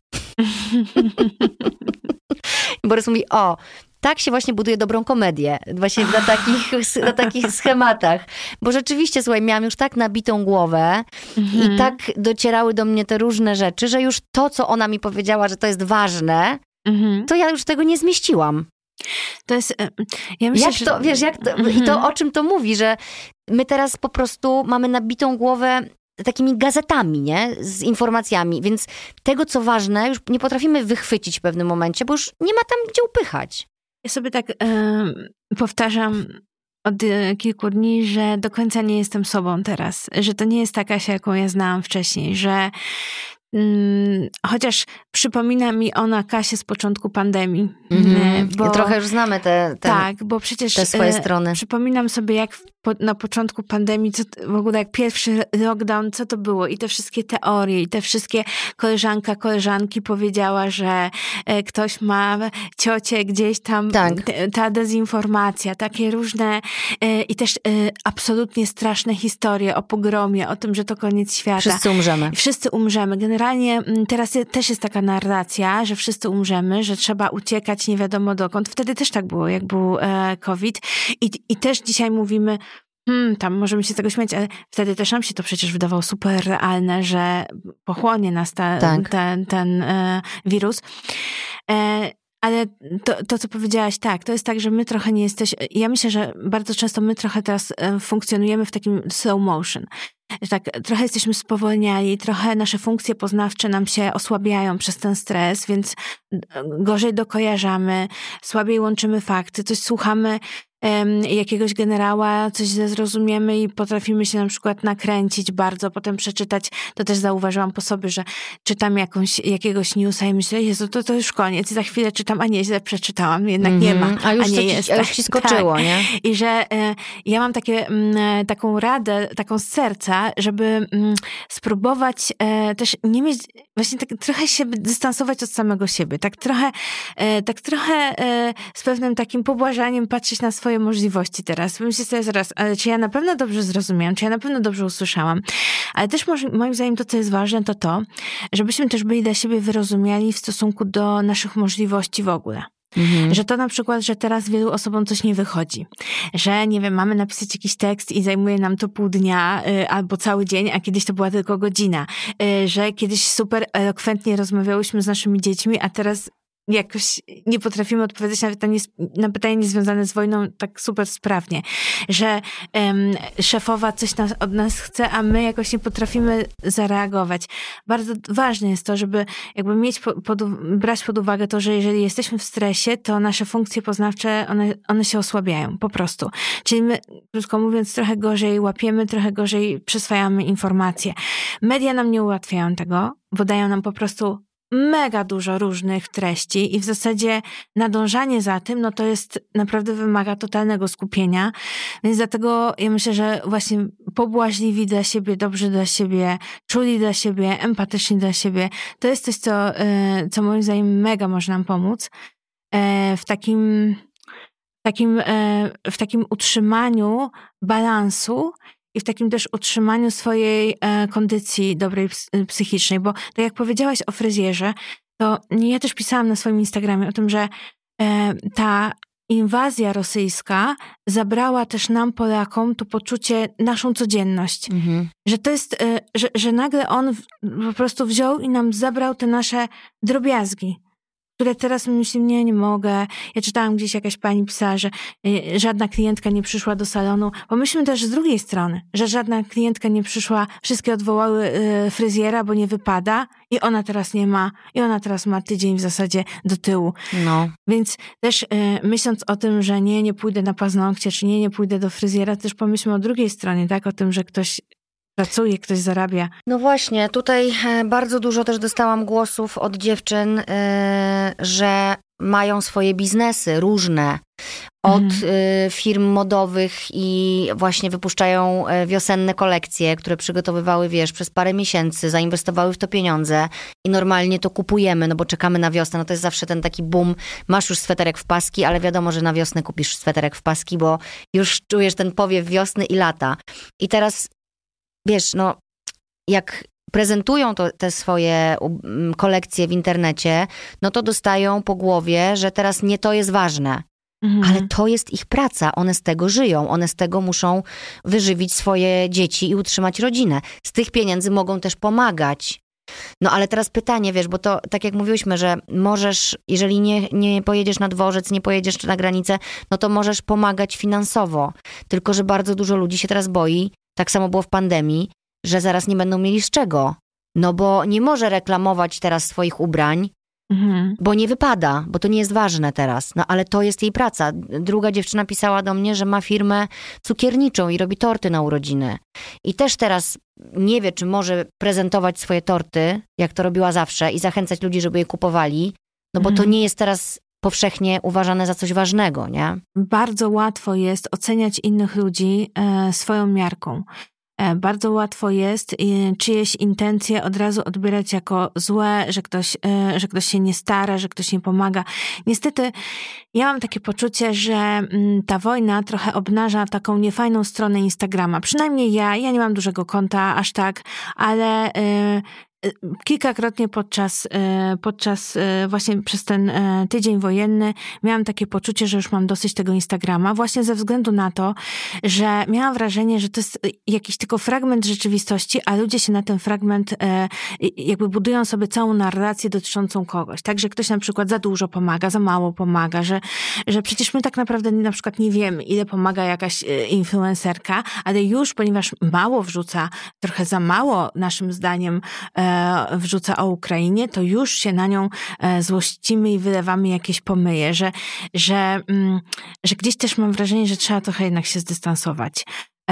I Borys mówi, o, tak się właśnie buduje dobrą komedię. Właśnie na takich, na takich schematach. Bo rzeczywiście, słuchaj, miałam już tak nabitą głowę mhm. i tak docierały do mnie te różne rzeczy, że już to, co ona mi powiedziała, że to jest ważne, mhm. to ja już tego nie zmieściłam.
To jest, ja myślę,
jak
że...
to, wiesz, jak to, mhm. i to o czym to mówi, że my teraz po prostu mamy nabitą głowę takimi gazetami, nie? Z informacjami, więc tego, co ważne, już nie potrafimy wychwycić w pewnym momencie, bo już nie ma tam gdzie upychać.
Ja sobie tak y, powtarzam od y, kilku dni, że do końca nie jestem sobą teraz. Że to nie jest ta Kasia, jaką ja znałam wcześniej. Że y, chociaż przypomina mi ona Kasię z początku pandemii.
Mm-hmm. Bo, trochę już znamy te, te,
tak, bo przecież,
te swoje
y,
strony.
Przypominam sobie, jak w, po, na początku pandemii, co, w ogóle jak pierwszy lockdown, co to było? I te wszystkie teorie, i te wszystkie koleżanka, koleżanki powiedziała, że e, ktoś ma ciocię gdzieś tam,
tak.
te, ta dezinformacja, takie różne e, i też e, absolutnie straszne historie o pogromie, o tym, że to koniec świata.
Wszyscy umrzemy.
Wszyscy umrzemy. Generalnie teraz też jest taka narracja, że wszyscy umrzemy, że trzeba uciekać nie wiadomo dokąd. Wtedy też tak było, jak był e, COVID. I, I też dzisiaj mówimy, Hmm, tam możemy się z tego śmiać, ale wtedy też nam się to przecież wydawało super realne, że pochłonie nas ta,
tak.
ten, ten e, wirus. E, ale to, to, co powiedziałaś, tak, to jest tak, że my trochę nie jesteśmy, ja myślę, że bardzo często my trochę teraz funkcjonujemy w takim slow motion. Tak, trochę jesteśmy spowolniali, trochę nasze funkcje poznawcze nam się osłabiają przez ten stres, więc gorzej dokojarzamy, słabiej łączymy fakty, coś słuchamy um, jakiegoś generała, coś zrozumiemy i potrafimy się na przykład nakręcić bardzo, potem przeczytać, to też zauważyłam po sobie, że czytam jakąś, jakiegoś newsa i myślę, Jezu, to, to już koniec i za chwilę czytam, a nie, źle przeczytałam, jednak mm-hmm. nie ma,
a, już
a nie
ci,
jest.
A już ci skoczyło,
tak.
nie?
I że e, ja mam takie, m, taką radę, taką z serca, żeby m, spróbować e, też nie mieć, właśnie tak trochę się dystansować od samego siebie, tak trochę, e, tak trochę e, z pewnym takim pobłażaniem patrzeć na swoje możliwości teraz. Myślę sobie zaraz, ale czy ja na pewno dobrze zrozumiałam, czy ja na pewno dobrze usłyszałam, ale też może, moim zdaniem to, co jest ważne, to to, żebyśmy też byli dla siebie wyrozumiali w stosunku do naszych możliwości w ogóle. Mhm. Że to na przykład, że teraz wielu osobom coś nie wychodzi. Że, nie wiem, mamy napisać jakiś tekst i zajmuje nam to pół dnia y, albo cały dzień, a kiedyś to była tylko godzina. Y, że kiedyś super elokwentnie rozmawiałyśmy z naszymi dziećmi, a teraz jakoś nie potrafimy odpowiedzieć nawet na, nie, na pytania niezwiązane z wojną tak super sprawnie. Że um, szefowa coś nas, od nas chce, a my jakoś nie potrafimy zareagować. Bardzo ważne jest to, żeby jakby mieć po, pod, brać pod uwagę to, że jeżeli jesteśmy w stresie, to nasze funkcje poznawcze, one, one się osłabiają, po prostu. Czyli my, krótko mówiąc, trochę gorzej łapiemy, trochę gorzej przyswajamy informacje. Media nam nie ułatwiają tego, bo dają nam po prostu mega dużo różnych treści i w zasadzie nadążanie za tym, no to jest naprawdę wymaga totalnego skupienia, więc dlatego ja myślę, że właśnie pobłażliwi dla siebie, dobrzy dla siebie, czuli dla siebie, empatyczni dla siebie, to jest coś, co, co moim zdaniem mega może nam pomóc w takim, takim, w takim utrzymaniu balansu i w takim też utrzymaniu swojej e, kondycji dobrej psychicznej, bo tak jak powiedziałaś o fryzjerze, to ja też pisałam na swoim Instagramie o tym, że e, ta inwazja rosyjska zabrała też nam, Polakom, to poczucie, naszą codzienność. Mhm. Że to jest, e, że, że nagle on w, po prostu wziął i nam zabrał te nasze drobiazgi, które teraz myślę, nie, nie mogę. Ja czytałam gdzieś, jakaś pani pisała, że y, żadna klientka nie przyszła do salonu. Pomyślmy też z drugiej strony, że żadna klientka nie przyszła, wszystkie odwołały y, fryzjera, bo nie wypada i ona teraz nie ma, i ona teraz ma tydzień w zasadzie do tyłu. No. Więc też y, myśląc o tym, że nie, nie pójdę na paznokcie, czy nie, nie pójdę do fryzjera, też pomyślmy o drugiej stronie, tak? O tym, że ktoś pracuje, ktoś zarabia.
No właśnie, tutaj bardzo dużo też dostałam głosów od dziewczyn, że mają swoje biznesy różne. Od mhm. firm modowych i właśnie wypuszczają wiosenne kolekcje, które przygotowywały, wiesz, przez parę miesięcy, zainwestowały w to pieniądze i normalnie to kupujemy, no bo czekamy na wiosnę. No to jest zawsze ten taki boom. Masz już sweterek w paski, ale wiadomo, że na wiosnę kupisz sweterek w paski, bo już czujesz ten powiew wiosny i lata. I teraz wiesz, no jak prezentują to, te swoje kolekcje w internecie, no to dostają po głowie, że teraz nie to jest ważne. Mhm. Ale to jest ich praca, one z tego żyją, one z tego muszą wyżywić swoje dzieci i utrzymać rodzinę. Z tych pieniędzy mogą też pomagać. No ale teraz pytanie, wiesz, bo to tak jak mówiłyśmy, że możesz, jeżeli nie, nie pojedziesz na dworzec, nie pojedziesz na granicę, no to możesz pomagać finansowo. Tylko że bardzo dużo ludzi się teraz boi, tak samo było w pandemii, że zaraz nie będą mieli z czego. No bo nie może reklamować teraz swoich ubrań, mhm. bo nie wypada, bo to nie jest ważne teraz. No ale to jest jej praca. Druga dziewczyna pisała do mnie, że ma firmę cukierniczą i robi torty na urodziny. I też teraz nie wie, czy może prezentować swoje torty, jak to robiła zawsze i zachęcać ludzi, żeby je kupowali, no bo mhm. to nie jest teraz powszechnie uważane za coś ważnego, nie?
Bardzo łatwo jest oceniać innych ludzi e, swoją miarką. Bardzo łatwo jest czyjeś intencje od razu odbierać jako złe, że ktoś, że ktoś się nie stara, że ktoś nie pomaga. Niestety ja mam takie poczucie, że ta wojna trochę obnaża taką niefajną stronę Instagrama. Przynajmniej ja, ja nie mam dużego konta aż tak, ale kilkakrotnie podczas, podczas właśnie przez ten tydzień wojenny miałam takie poczucie, że już mam dosyć tego Instagrama, właśnie ze względu na to, że miałam wrażenie, że to jest jakiś tylko fragment rzeczywistości, a ludzie się na ten fragment jakby budują sobie całą narrację dotyczącą kogoś. Tak, że ktoś na przykład za dużo pomaga, za mało pomaga, że, że przecież my tak naprawdę na przykład nie wiemy, ile pomaga jakaś influencerka, ale już, ponieważ mało wrzuca, trochę za mało naszym zdaniem wrzuca o Ukrainie, to już się na nią złościmy i wylewamy jakieś pomyje, że, że, że gdzieś też mam wrażenie, że trzeba trochę jednak się zdystansować.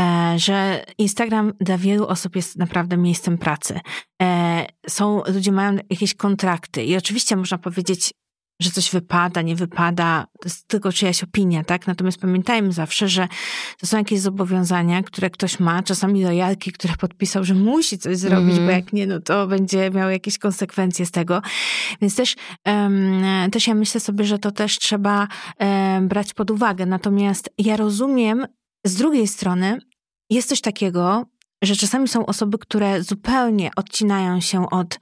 Że Instagram dla wielu osób jest naprawdę miejscem pracy. Są, ludzie mają jakieś kontrakty i oczywiście można powiedzieć, że coś wypada, nie wypada, to jest tylko czyjaś opinia, tak? Natomiast pamiętajmy zawsze, że to są jakieś zobowiązania, które ktoś ma, czasami lojalki, które podpisał, że musi coś zrobić, mm. bo jak nie, no to będzie miał jakieś konsekwencje z tego. Więc też, um, też ja myślę sobie, że to też trzeba um, brać pod uwagę. Natomiast ja rozumiem, z drugiej strony jest coś takiego, że czasami są osoby, które zupełnie odcinają się od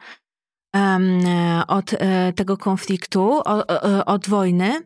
od tego konfliktu, od wojny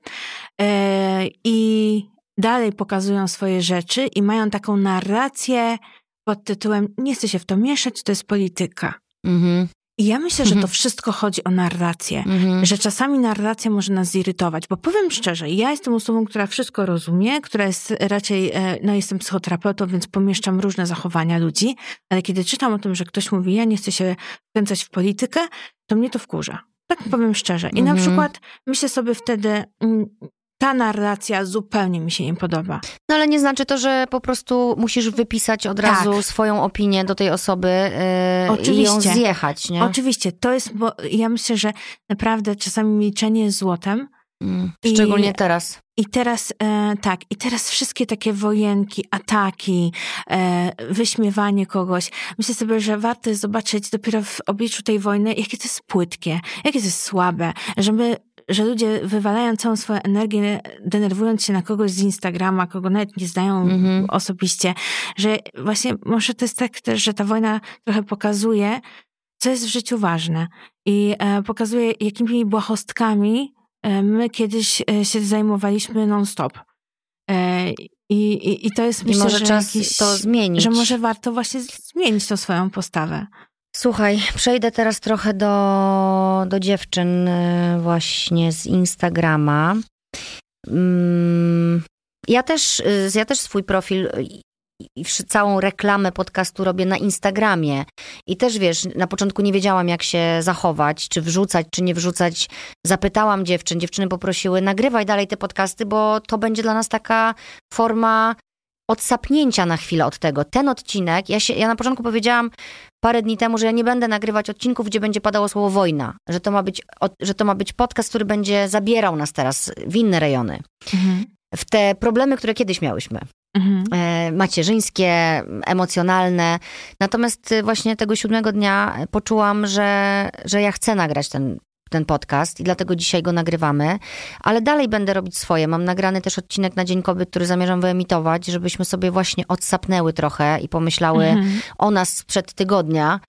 i dalej pokazują swoje rzeczy i mają taką narrację pod tytułem nie chcę się w to mieszać, to jest polityka. Mhm. I ja myślę, że to wszystko chodzi o narrację, mhm. że czasami narracja może nas zirytować, bo powiem szczerze, ja jestem osobą, która wszystko rozumie, która jest raczej, no jestem psychoterapeutą, więc pomieszczam różne zachowania ludzi, ale kiedy czytam o tym, że ktoś mówi, ja nie chcę się wkręcać w politykę, to mnie to wkurza. Tak powiem szczerze. I mhm. na przykład myślę sobie wtedy, ta narracja zupełnie mi się nie podoba.
No ale nie znaczy to, że po prostu musisz wypisać od razu tak. swoją opinię do tej osoby yy, i ją zjechać, nie?
Oczywiście. To jest, bo ja myślę, że naprawdę czasami milczenie jest złotem.
Mm, szczególnie I, teraz.
I teraz, e, tak, i teraz wszystkie takie wojenki, ataki, e, wyśmiewanie kogoś. Myślę sobie, że warto jest zobaczyć dopiero w obliczu tej wojny, jakie to jest płytkie, jakie to jest słabe, że my że ludzie wywalają całą swoją energię, denerwując się na kogoś z Instagrama, kogo nawet nie znają mm-hmm. osobiście, że właśnie może to jest tak też, że ta wojna trochę pokazuje, co jest w życiu ważne i e, pokazuje, jakimi błahostkami e, my kiedyś e, się zajmowaliśmy non-stop. E, i, i, I to jest,
I
myślę,
może
że
czas
jakiś,
to zmienić.
Że może warto właśnie zmienić tą swoją postawę.
Słuchaj, przejdę teraz trochę do, do dziewczyn właśnie z Instagrama. Ja też, ja też swój profil i całą reklamę podcastu robię na Instagramie. I też wiesz, na początku nie wiedziałam, jak się zachować, czy wrzucać, czy nie wrzucać. Zapytałam dziewczyn, dziewczyny poprosiły, nagrywaj dalej te podcasty, bo to będzie dla nas taka forma odsapnięcia na chwilę od tego. Ten odcinek, ja, się, ja na początku powiedziałam parę dni temu, że ja nie będę nagrywać odcinków, gdzie będzie padało słowo wojna, że to ma być, że to ma być podcast, który będzie zabierał nas teraz w inne rejony. Mhm. W te problemy, które kiedyś miałyśmy. Mhm. E, macierzyńskie, emocjonalne. Natomiast właśnie tego siódmego dnia poczułam, że, że ja chcę nagrać ten ten podcast i dlatego dzisiaj go nagrywamy, ale dalej będę robić swoje. Mam nagrany też odcinek na Dzień Kobiet, który zamierzam wyemitować, żebyśmy sobie właśnie odsapnęły trochę i pomyślały mhm. o nas sprzed tygodnia,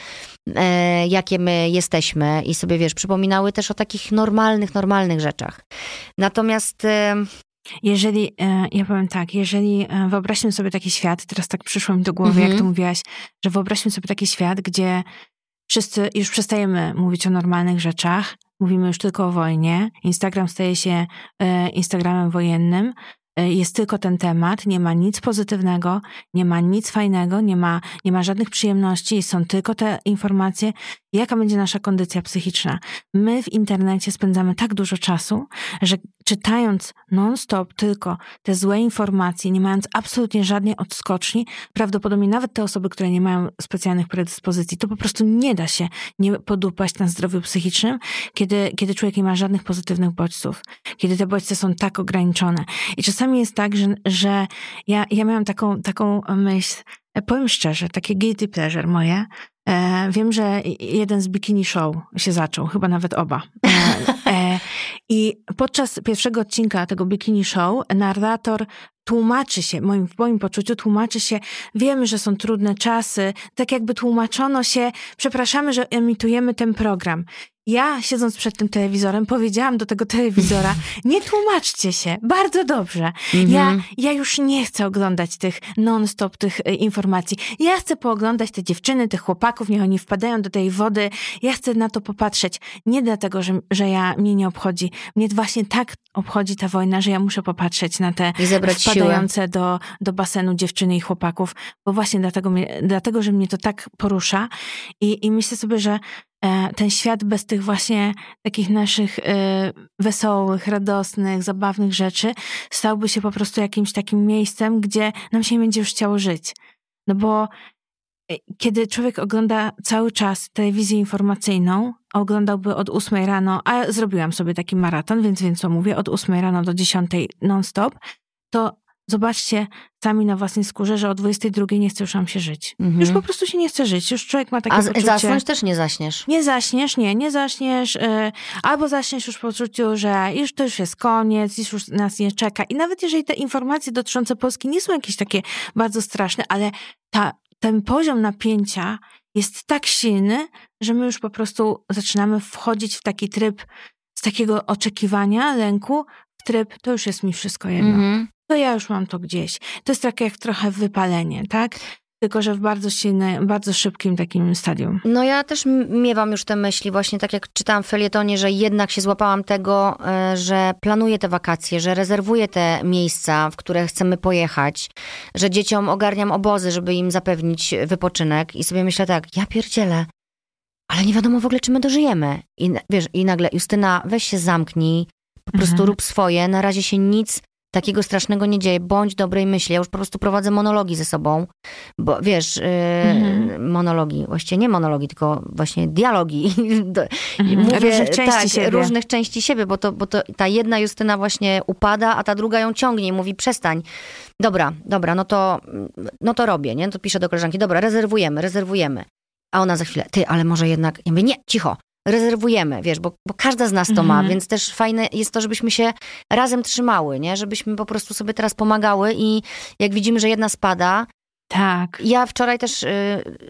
e, jakie my jesteśmy i sobie, wiesz, przypominały też o takich normalnych, normalnych rzeczach. Natomiast... E,
Jeżeli, ja powiem tak, jeżeli wyobraźmy sobie taki świat, teraz tak przyszło mi do głowy, mm-hmm. jak to mówiłaś, że wyobraźmy sobie taki świat, gdzie wszyscy już przestajemy mówić o normalnych rzeczach, mówimy już tylko o wojnie, Instagram staje się Instagramem wojennym, jest tylko ten temat, nie ma nic pozytywnego, nie ma nic fajnego, nie ma, nie ma żadnych przyjemności, są tylko te informacje. Jaka będzie nasza kondycja psychiczna? My w internecie spędzamy tak dużo czasu, że czytając non-stop tylko te złe informacje, nie mając absolutnie żadnej odskoczni, prawdopodobnie nawet te osoby, które nie mają specjalnych predyspozycji, to po prostu nie da się nie podupaść na zdrowiu psychicznym, kiedy, kiedy człowiek nie ma żadnych pozytywnych bodźców, kiedy te bodźce są tak ograniczone. I czasami jest tak, że, że ja, ja miałam taką, taką myśl, powiem szczerze, takie guilty pleasure moje. E, wiem, że jeden z Bikini Show się zaczął, chyba nawet oba. E, e, I podczas pierwszego odcinka tego Bikini Show narrator tłumaczy się, moim, w moim poczuciu tłumaczy się, wiemy, że są trudne czasy, tak jakby tłumaczono się, przepraszamy, że emitujemy ten program. Ja, siedząc przed tym telewizorem, powiedziałam do tego telewizora, nie tłumaczcie się, bardzo dobrze. Mm-hmm. Ja, ja już nie chcę oglądać tych non-stop tych y, informacji. Ja chcę pooglądać te dziewczyny, tych chłopaków, niech oni wpadają do tej wody. Ja chcę na to popatrzeć. Nie dlatego, że, że ja, mnie nie obchodzi. Mnie właśnie tak obchodzi ta wojna, że ja muszę popatrzeć na te wpadające do, do basenu dziewczyny i chłopaków, bo właśnie dlatego, mnie, dlatego że mnie to tak porusza. I, i myślę sobie, że ten świat bez tych właśnie takich naszych y, wesołych, radosnych, zabawnych rzeczy stałby się po prostu jakimś takim miejscem, gdzie nam się nie będzie już chciało żyć. No bo y, kiedy człowiek ogląda cały czas telewizję informacyjną, oglądałby od ósmej rano, a zrobiłam sobie taki maraton, więc wiem co mówię, od ósmej rano do dziesiątej non-stop, to zobaczcie sami na własnej skórze, że o dwudziestej drugiej nie chce już nam się żyć. Mhm. Już po prostu się nie chce żyć. Już człowiek ma takie
A
poczucie...
zasnąć też nie zaśniesz.
Nie zaśniesz, nie, nie zaśniesz. Yy, albo zaśniesz już w poczuciu, że już to już jest koniec, już, już nas nie czeka. I nawet jeżeli te informacje dotyczące Polski nie są jakieś takie bardzo straszne, ale ta, ten poziom napięcia jest tak silny, że my już po prostu zaczynamy wchodzić w taki tryb z takiego oczekiwania, lęku, w tryb, to już jest mi wszystko jedno. Mhm. To ja już mam to gdzieś. To jest takie jak trochę wypalenie, tak? Tylko że w bardzo silnym, bardzo szybkim takim stadium.
No ja też miewam już te myśli, właśnie tak jak czytałam w felietonie, że jednak się złapałam tego, że planuję te wakacje, że rezerwuję te miejsca, w które chcemy pojechać, że dzieciom ogarniam obozy, żeby im zapewnić wypoczynek i sobie myślę tak, ja pierdzielę, ale nie wiadomo w ogóle, czy my dożyjemy. I wiesz, i nagle Justyna, weź się zamknij, po prostu mhm. rób swoje, na razie się nic takiego strasznego nie dzieje, bądź dobrej myśli. Ja już po prostu prowadzę monologi ze sobą, bo wiesz, yy, mhm. monologi, właściwie nie monologi, tylko właśnie dialogi.
Mhm. Mówię, różnych części
tak,
siebie.
różnych części siebie, bo to, bo to ta jedna Justyna właśnie upada, a ta druga ją ciągnie i mówi przestań. Dobra, dobra, no to, no to robię, nie? No to piszę do koleżanki, dobra, rezerwujemy, rezerwujemy. A ona za chwilę, ty, ale może jednak, ja mówię, nie, cicho. Rezerwujemy, wiesz, bo, bo każda z nas to ma, mhm. więc też fajne jest to, żebyśmy się razem trzymały, nie? Żebyśmy po prostu sobie teraz pomagały i jak widzimy, że jedna spada.
Tak.
Ja wczoraj też y,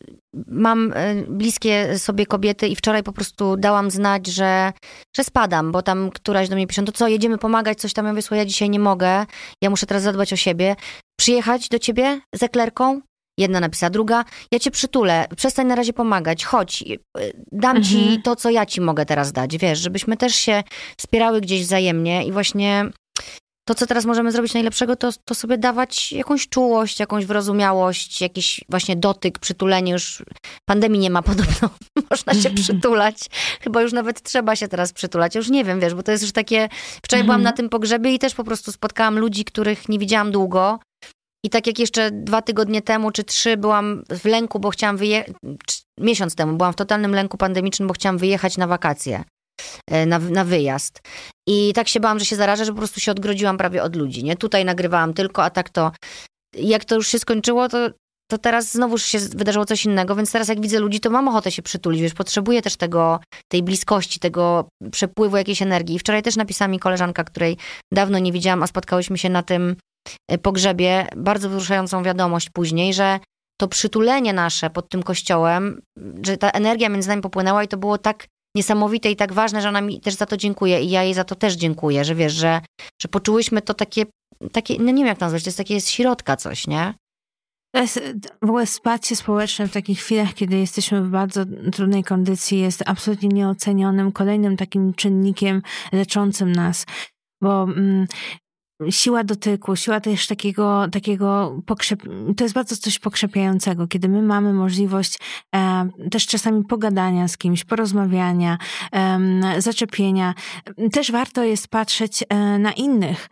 mam y, bliskie sobie kobiety i wczoraj po prostu dałam znać, że, że spadam, bo tam któraś do mnie pisze, to co, jedziemy pomagać, coś tam, ja mówię, słuchaj, ja dzisiaj nie mogę, ja muszę teraz zadbać o siebie. Przyjechać do ciebie z eklerką? Jedna napisała, druga, ja cię przytulę, przestań na razie pomagać, chodź, dam mhm. ci to, co ja ci mogę teraz dać, wiesz, żebyśmy też się wspierały gdzieś wzajemnie i właśnie to, co teraz możemy zrobić najlepszego, to, to sobie dawać jakąś czułość, jakąś wyrozumiałość, jakiś właśnie dotyk, przytulenie, już pandemii nie ma podobno, można się przytulać, chyba już nawet trzeba się teraz przytulać, ja już nie wiem, wiesz, bo to jest już takie, wczoraj mhm. byłam na tym pogrzebie i też po prostu spotkałam ludzi, których nie widziałam długo. I tak jak jeszcze dwa tygodnie temu, czy trzy byłam w lęku, bo chciałam wyjechać, miesiąc temu byłam w totalnym lęku pandemicznym, bo chciałam wyjechać na wakacje, na, na wyjazd. I tak się bałam, że się zarażę, że po prostu się odgrodziłam prawie od ludzi, nie? Tutaj nagrywałam tylko, a tak to, jak to już się skończyło, to to teraz znowuż się wydarzyło coś innego, więc teraz jak widzę ludzi, to mam ochotę się przytulić, wiesz, potrzebuję też tego, tej bliskości, tego przepływu jakiejś energii. I wczoraj też napisała mi koleżanka, której dawno nie widziałam, a spotkałyśmy się na tym pogrzebie, bardzo wzruszającą wiadomość później, że to przytulenie nasze pod tym kościołem, że ta energia między nami popłynęła i to było tak niesamowite i tak ważne, że ona mi też za to dziękuję i ja jej za to też dziękuję, że wiesz, że, że poczułyśmy to takie, takie, no nie wiem jak nazwać, to jest takie z środka coś, nie?
To jest w ogóle wsparcie społeczne w takich chwilach, kiedy jesteśmy w bardzo trudnej kondycji, jest absolutnie nieocenionym kolejnym takim czynnikiem leczącym nas, bo mm, siła dotyku, siła też takiego, takiego pokrzep... to jest bardzo coś pokrzepiającego, kiedy my mamy możliwość e, też czasami pogadania z kimś, porozmawiania, e, zaczepienia. Też warto jest patrzeć e, na innych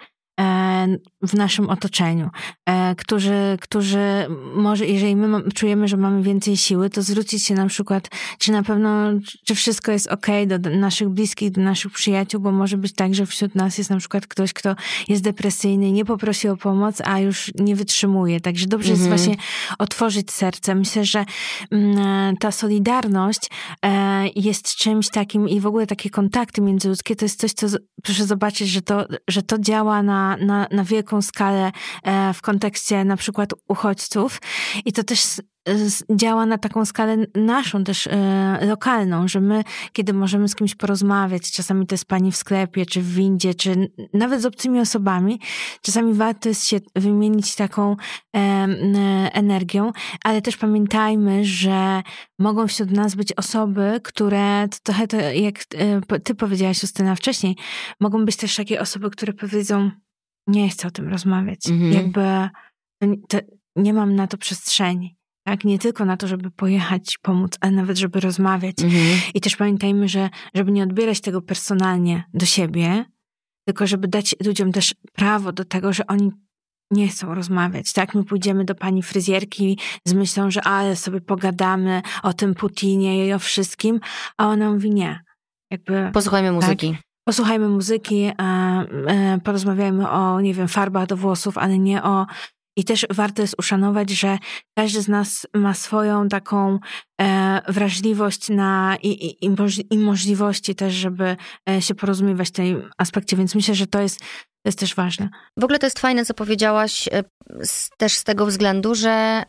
w naszym otoczeniu, którzy, którzy może, jeżeli my czujemy, że mamy więcej siły, to zwrócić się na przykład, czy na pewno, czy wszystko jest okej do naszych bliskich, do naszych przyjaciół, bo może być tak, że wśród nas jest na przykład ktoś, kto jest depresyjny, nie poprosi o pomoc, a już nie wytrzymuje. Także dobrze mhm. jest właśnie otworzyć serce. Myślę, że ta solidarność jest czymś takim i w ogóle takie kontakty międzyludzkie to jest coś, co proszę zobaczyć, że to, że to działa na Na, na wielką skalę e, w kontekście na przykład uchodźców i to też s, s, działa na taką skalę naszą też e, lokalną, że my, kiedy możemy z kimś porozmawiać, czasami to jest pani w sklepie, czy w windzie, czy nawet z obcymi osobami, czasami warto jest się wymienić taką e, e, energią, ale też pamiętajmy, że mogą wśród nas być osoby, które, to trochę to jak e, ty powiedziałaś, Justyna, wcześniej, mogą być też takie osoby, które powiedzą, nie chcę o tym rozmawiać. Mhm. Jakby to, nie mam na to przestrzeni. Tak? Nie tylko na to, żeby pojechać, pomóc, ale nawet, żeby rozmawiać. Mhm. I też pamiętajmy, że żeby nie odbierać tego personalnie do siebie, tylko żeby dać ludziom też prawo do tego, że oni nie chcą rozmawiać. Tak? My pójdziemy do pani fryzjerki z myślą, że ale sobie pogadamy o tym Putinie i o wszystkim, a ona mówi nie. Jakby,
posłuchajmy muzyki.
Tak? Posłuchajmy muzyki, porozmawiajmy o, nie wiem, farbach do włosów, ale nie o... I też warto jest uszanować, że każdy z nas ma swoją taką wrażliwość na i, i, i możliwości też, żeby się porozumiewać w tym aspekcie, więc myślę, że to jest, to jest też ważne.
W ogóle to jest fajne, co powiedziałaś, też z tego względu, że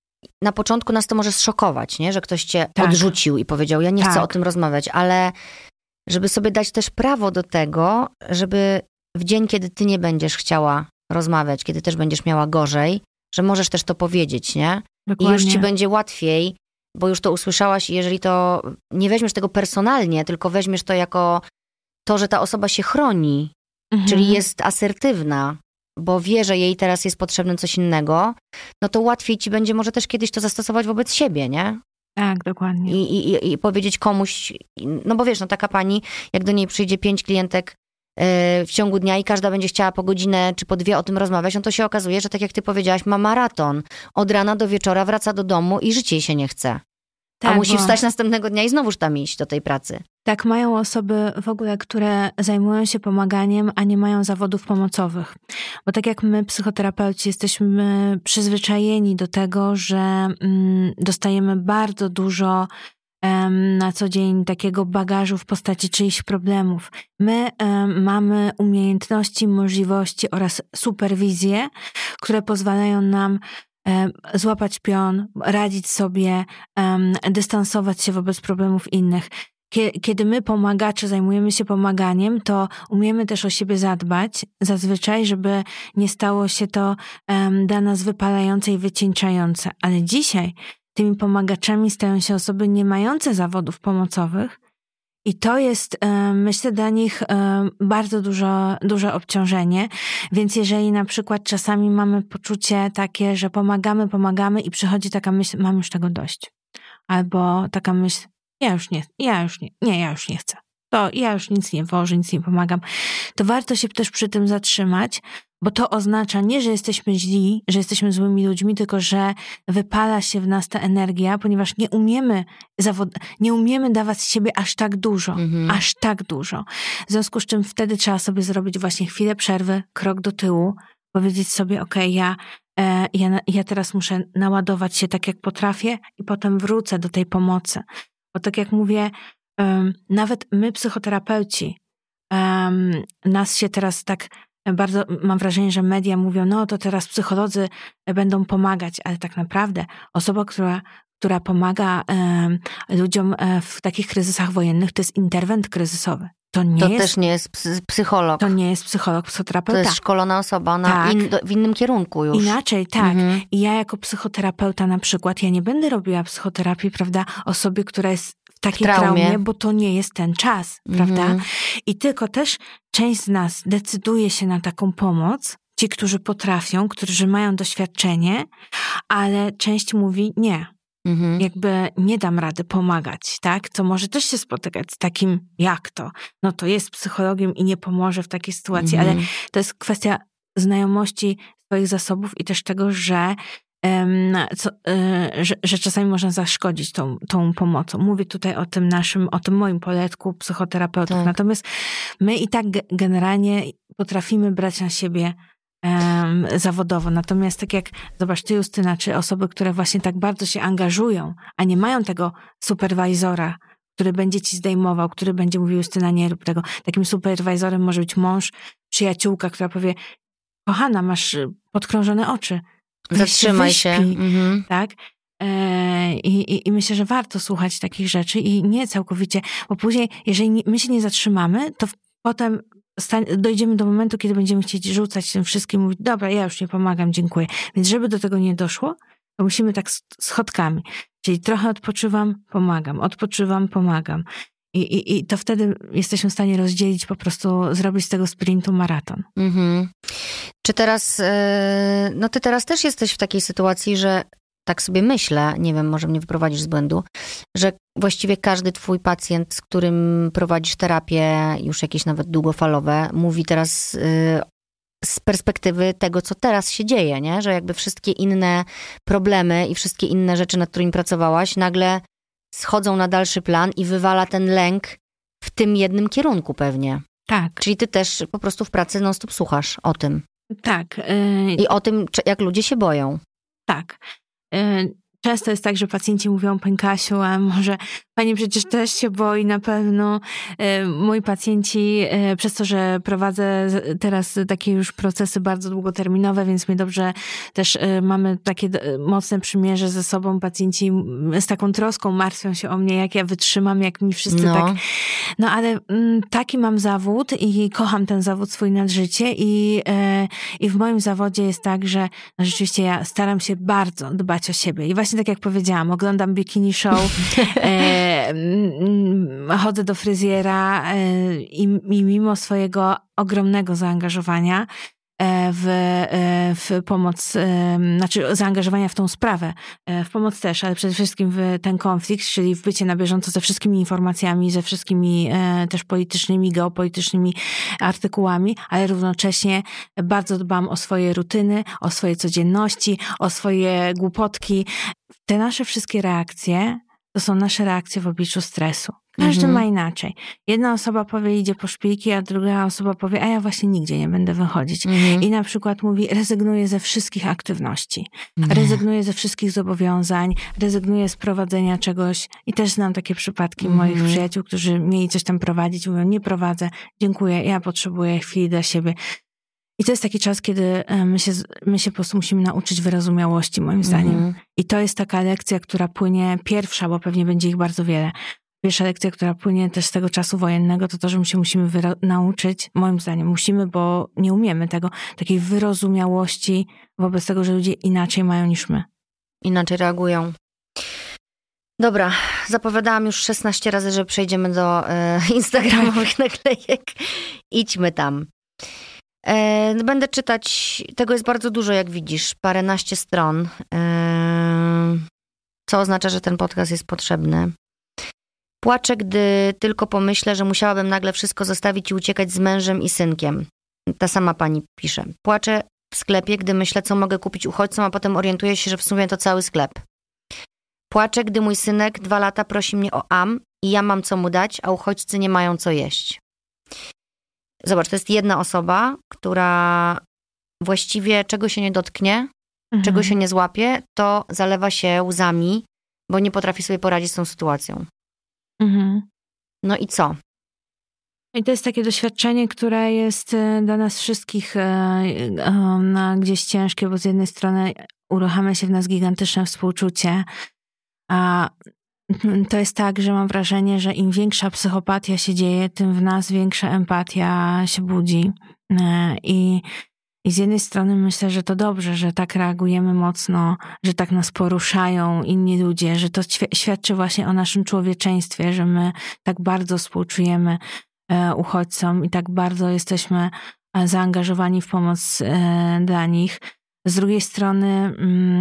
na początku nas to może zszokować, nie? Że ktoś cię tak. odrzucił i powiedział, ja nie tak. chcę o tym rozmawiać, ale... żeby sobie dać też prawo do tego, żeby w dzień, kiedy ty nie będziesz chciała rozmawiać, kiedy też będziesz miała gorzej, że możesz też to powiedzieć, nie? Dokładnie. I już ci będzie łatwiej, bo już to usłyszałaś i jeżeli to nie weźmiesz tego personalnie, tylko weźmiesz to jako to, że ta osoba się chroni, mhm. czyli jest asertywna, bo wie, że jej teraz jest potrzebne coś innego, no to łatwiej ci będzie może też kiedyś to zastosować wobec siebie, nie?
Tak, dokładnie.
I, i, I powiedzieć komuś, no bo wiesz, no taka pani, jak do niej przyjdzie pięć klientek yy, w ciągu dnia i każda będzie chciała po godzinę czy po dwie o tym rozmawiać, no to się okazuje, że tak jak ty powiedziałaś, ma maraton. Od rana do wieczora wraca do domu i życie jej się nie chce. Tak, a musi bo... wstać następnego dnia i znowuż tam iść do tej pracy.
Tak, mają osoby w ogóle, które zajmują się pomaganiem, a nie mają zawodów pomocowych. Bo tak jak my, psychoterapeuci, jesteśmy przyzwyczajeni do tego, że mm, dostajemy bardzo dużo um, na co dzień takiego bagażu w postaci czyichś problemów. My um, mamy umiejętności, możliwości oraz superwizję, które pozwalają nam złapać pion, radzić sobie, um, dystansować się wobec problemów innych. Kiedy my pomagacze zajmujemy się pomaganiem, to umiemy też o siebie zadbać, zazwyczaj, żeby nie stało się to um, dla nas wypalające i wycieńczające. Ale dzisiaj tymi pomagaczami stają się osoby nie mające zawodów pomocowych i to jest, myślę, dla nich bardzo dużo, duże obciążenie. Więc jeżeli na przykład czasami mamy poczucie takie, że pomagamy, pomagamy i przychodzi taka myśl, mam już tego dość. Albo taka myśl, ja już nie, ja już nie, nie, ja już nie chcę. To ja już nic nie wożę, nic nie pomagam. To warto się też przy tym zatrzymać, bo to oznacza nie, że jesteśmy źli, że jesteśmy złymi ludźmi, tylko że wypala się w nas ta energia, ponieważ nie umiemy zawod- nie umiemy dawać z siebie aż tak dużo, mhm. aż tak dużo. W związku z czym wtedy trzeba sobie zrobić właśnie chwilę przerwy, krok do tyłu, powiedzieć sobie, okej, okay, ja e, ja, ja teraz muszę naładować się tak, jak potrafię i potem wrócę do tej pomocy. Bo tak jak mówię, um, nawet my psychoterapeuci, um, nas się teraz tak bardzo, mam wrażenie, że media mówią, no to teraz psycholodzy będą pomagać, ale tak naprawdę osoba, która która pomaga um, ludziom w takich kryzysach wojennych, to jest interwent kryzysowy. To, nie
to
jest,
też nie jest psycholog.
To nie jest psycholog, psychoterapeuta.
To jest szkolona osoba na
tak.
in, w innym kierunku już.
Inaczej, tak.
Mhm.
I ja jako psychoterapeuta na przykład, ja nie będę robiła psychoterapii, prawda, osobie, która jest w takiej
w traumie.
traumie, bo to nie jest ten czas,
mhm.
prawda? I tylko też część z nas decyduje się na taką pomoc, ci, którzy potrafią, którzy mają doświadczenie, ale część mówi nie.
Mhm.
Jakby nie dam rady pomagać, tak? To może też się spotykać z takim, jak to? No to jest psychologiem i nie pomoże w takiej sytuacji,
mhm.
ale to jest kwestia znajomości swoich zasobów i też tego, że, um, co, y, że, że czasami można zaszkodzić tą, tą pomocą. Mówię tutaj o tym naszym, o tym moim poletku psychoterapeutów.
Tak.
Natomiast my i tak generalnie potrafimy brać na siebie Um, zawodowo. Natomiast tak jak, zobacz, ty, Justyna, czy osoby, które właśnie tak bardzo się angażują, a nie mają tego superwajzora, który będzie ci zdejmował, który będzie mówił, Justyna, nie rób tego. Takim superwajzorem może być mąż, przyjaciółka, która powie, kochana, masz podkrążone oczy.
Zatrzymaj się. Mhm.
Tak? E, i, I myślę, że warto słuchać takich rzeczy i nie całkowicie, bo później, jeżeli nie, my się nie zatrzymamy, to potem dojdziemy do momentu, kiedy będziemy chcieć rzucać tym wszystkim, mówić, dobra, ja już nie pomagam, dziękuję. Więc żeby do tego nie doszło, to musimy tak schodkami. Czyli trochę odpoczywam, pomagam, odpoczywam, pomagam. I, i, i to wtedy jesteśmy w stanie rozdzielić, po prostu zrobić z tego sprintu maraton.
Mhm. Czy teraz, no ty teraz też jesteś w takiej sytuacji, że tak sobie myślę, nie wiem, może mnie wyprowadzisz z błędu, że właściwie każdy twój pacjent, z którym prowadzisz terapię, już jakieś nawet długofalowe, mówi teraz y, z perspektywy tego, co teraz się dzieje, nie? Że jakby wszystkie inne problemy i wszystkie inne rzeczy, nad którymi pracowałaś, nagle schodzą na dalszy plan i wywala ten lęk w tym jednym kierunku pewnie.
Tak.
Czyli ty też po prostu w pracy non stop słuchasz o tym.
Tak. Yy...
I o tym, jak ludzie się boją.
Tak. Często jest tak, że pacjenci mówią, pani Kasiu, a może pani przecież też się boi na pewno. Moi pacjenci, przez to, że prowadzę teraz takie już procesy bardzo długoterminowe, więc my dobrze też mamy takie mocne przymierze ze sobą. Pacjenci z taką troską martwią się o mnie, jak ja wytrzymam, jak mi wszyscy
no.
tak... No ale taki mam zawód i kocham ten zawód swój nad życie i, i w moim zawodzie jest tak, że no rzeczywiście ja staram się bardzo dbać o siebie. I właśnie tak jak powiedziałam, oglądam bikini show, e, chodzę do fryzjera e, i, i mimo swojego ogromnego zaangażowania e, w, e, w pomoc, e, znaczy zaangażowania w tą sprawę, e, w pomoc też, ale przede wszystkim w ten konflikt, czyli w bycie na bieżąco ze wszystkimi informacjami, ze wszystkimi e, też politycznymi, geopolitycznymi artykułami, ale równocześnie bardzo dbam o swoje rutyny, o swoje codzienności, o swoje głupotki. Te nasze wszystkie reakcje to są nasze reakcje w obliczu stresu. Każdy mhm. ma inaczej. Jedna osoba powie, idzie po szpilki, a druga osoba powie, a ja właśnie nigdzie nie będę wychodzić. Mhm. I na przykład mówi, rezygnuję ze wszystkich aktywności. Mhm. Rezygnuję ze wszystkich zobowiązań. Rezygnuję z prowadzenia czegoś. I też znam takie przypadki mhm. moich przyjaciół, którzy mieli coś tam prowadzić. Mówią, nie prowadzę, dziękuję, ja potrzebuję chwili dla siebie. I to jest taki czas, kiedy my się, my się po prostu musimy nauczyć wyrozumiałości, moim zdaniem. Mm. I to jest taka lekcja, która płynie pierwsza, bo pewnie będzie ich bardzo wiele. Pierwsza lekcja, która płynie też z tego czasu wojennego, to to, że my się musimy wyro- nauczyć, moim zdaniem, musimy, bo nie umiemy tego, takiej wyrozumiałości wobec tego, że ludzie inaczej mają niż my.
Inaczej reagują. Dobra, zapowiadałam już szesnaście razy, że przejdziemy do e, instagramowych naklejek. Idźmy tam. Będę czytać, tego jest bardzo dużo, jak widzisz, paręnaście stron, co oznacza, że ten podcast jest potrzebny. Płaczę, gdy tylko pomyślę, że musiałabym nagle wszystko zostawić i uciekać z mężem i synkiem. Ta sama pani pisze. Płaczę w sklepie, gdy myślę, co mogę kupić uchodźcom, a potem orientuję się, że w sumie to cały sklep. Płaczę, gdy mój synek dwa lata prosi mnie o am i ja mam co mu dać, a uchodźcy nie mają co jeść. Zobacz, to jest jedna osoba, która właściwie czego się nie dotknie, Mhm. Czego się nie złapie, to zalewa się łzami, bo nie potrafi sobie poradzić z tą sytuacją.
Mhm.
No i co?
I to jest takie doświadczenie, które jest dla nas wszystkich no, gdzieś ciężkie, bo z jednej strony uruchamia się w nas gigantyczne współczucie, a to jest tak, że mam wrażenie, że im większa psychopatia się dzieje, tym w nas większa empatia się budzi. I, i z jednej strony myślę, że to dobrze, że tak reagujemy mocno, że tak nas poruszają inni ludzie, że to świadczy właśnie o naszym człowieczeństwie, że my tak bardzo współczujemy uchodźcom i tak bardzo jesteśmy zaangażowani w pomoc dla nich. Z drugiej strony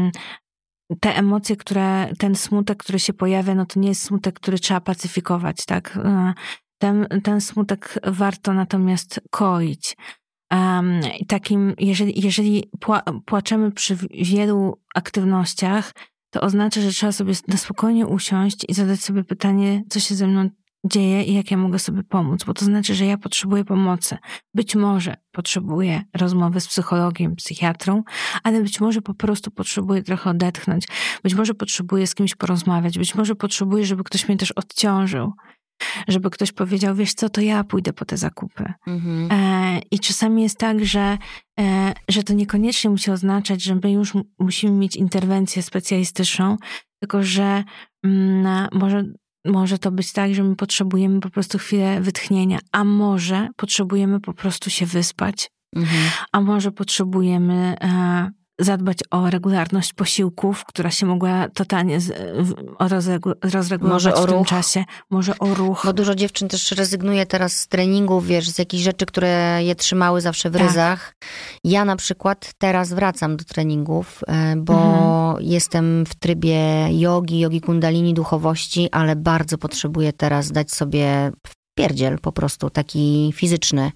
te emocje, które, ten smutek, który się pojawia, no to nie jest smutek, który trzeba pacyfikować, tak? Ten, ten smutek warto natomiast koić. Um, takim, jeżeli, jeżeli pła, płaczemy przy wielu aktywnościach, to oznacza, że trzeba sobie na spokojnie usiąść i zadać sobie pytanie, co się ze mną dzieje i jak ja mogę sobie pomóc, bo to znaczy, że ja potrzebuję pomocy. Być może potrzebuję rozmowy z psychologiem, psychiatrą, ale być może po prostu potrzebuję trochę odetchnąć. Być może potrzebuję z kimś porozmawiać. Być może potrzebuję, żeby ktoś mnie też odciążył. Żeby ktoś powiedział, wiesz co, to ja pójdę po te zakupy. Mhm. E, I czasami jest tak, że, e, że to niekoniecznie musi oznaczać, że my już musimy mieć interwencję specjalistyczną, tylko że mm, może Może to być tak, że my potrzebujemy po prostu chwilę wytchnienia, a może potrzebujemy po prostu się wyspać, mhm. a może potrzebujemy e, zadbać o regularność posiłków, która się mogła totalnie z, rozregu, rozregulować może w tym ruch. czasie. Może o ruch.
Bo dużo dziewczyn też rezygnuje teraz z treningów, wiesz, z jakichś rzeczy, które je trzymały zawsze w tak. ryzach. Ja na przykład teraz wracam do treningów, bo mhm. jestem w trybie jogi, jogi kundalini, duchowości, ale bardzo potrzebuję teraz dać sobie pierdziel po prostu, taki fizyczny.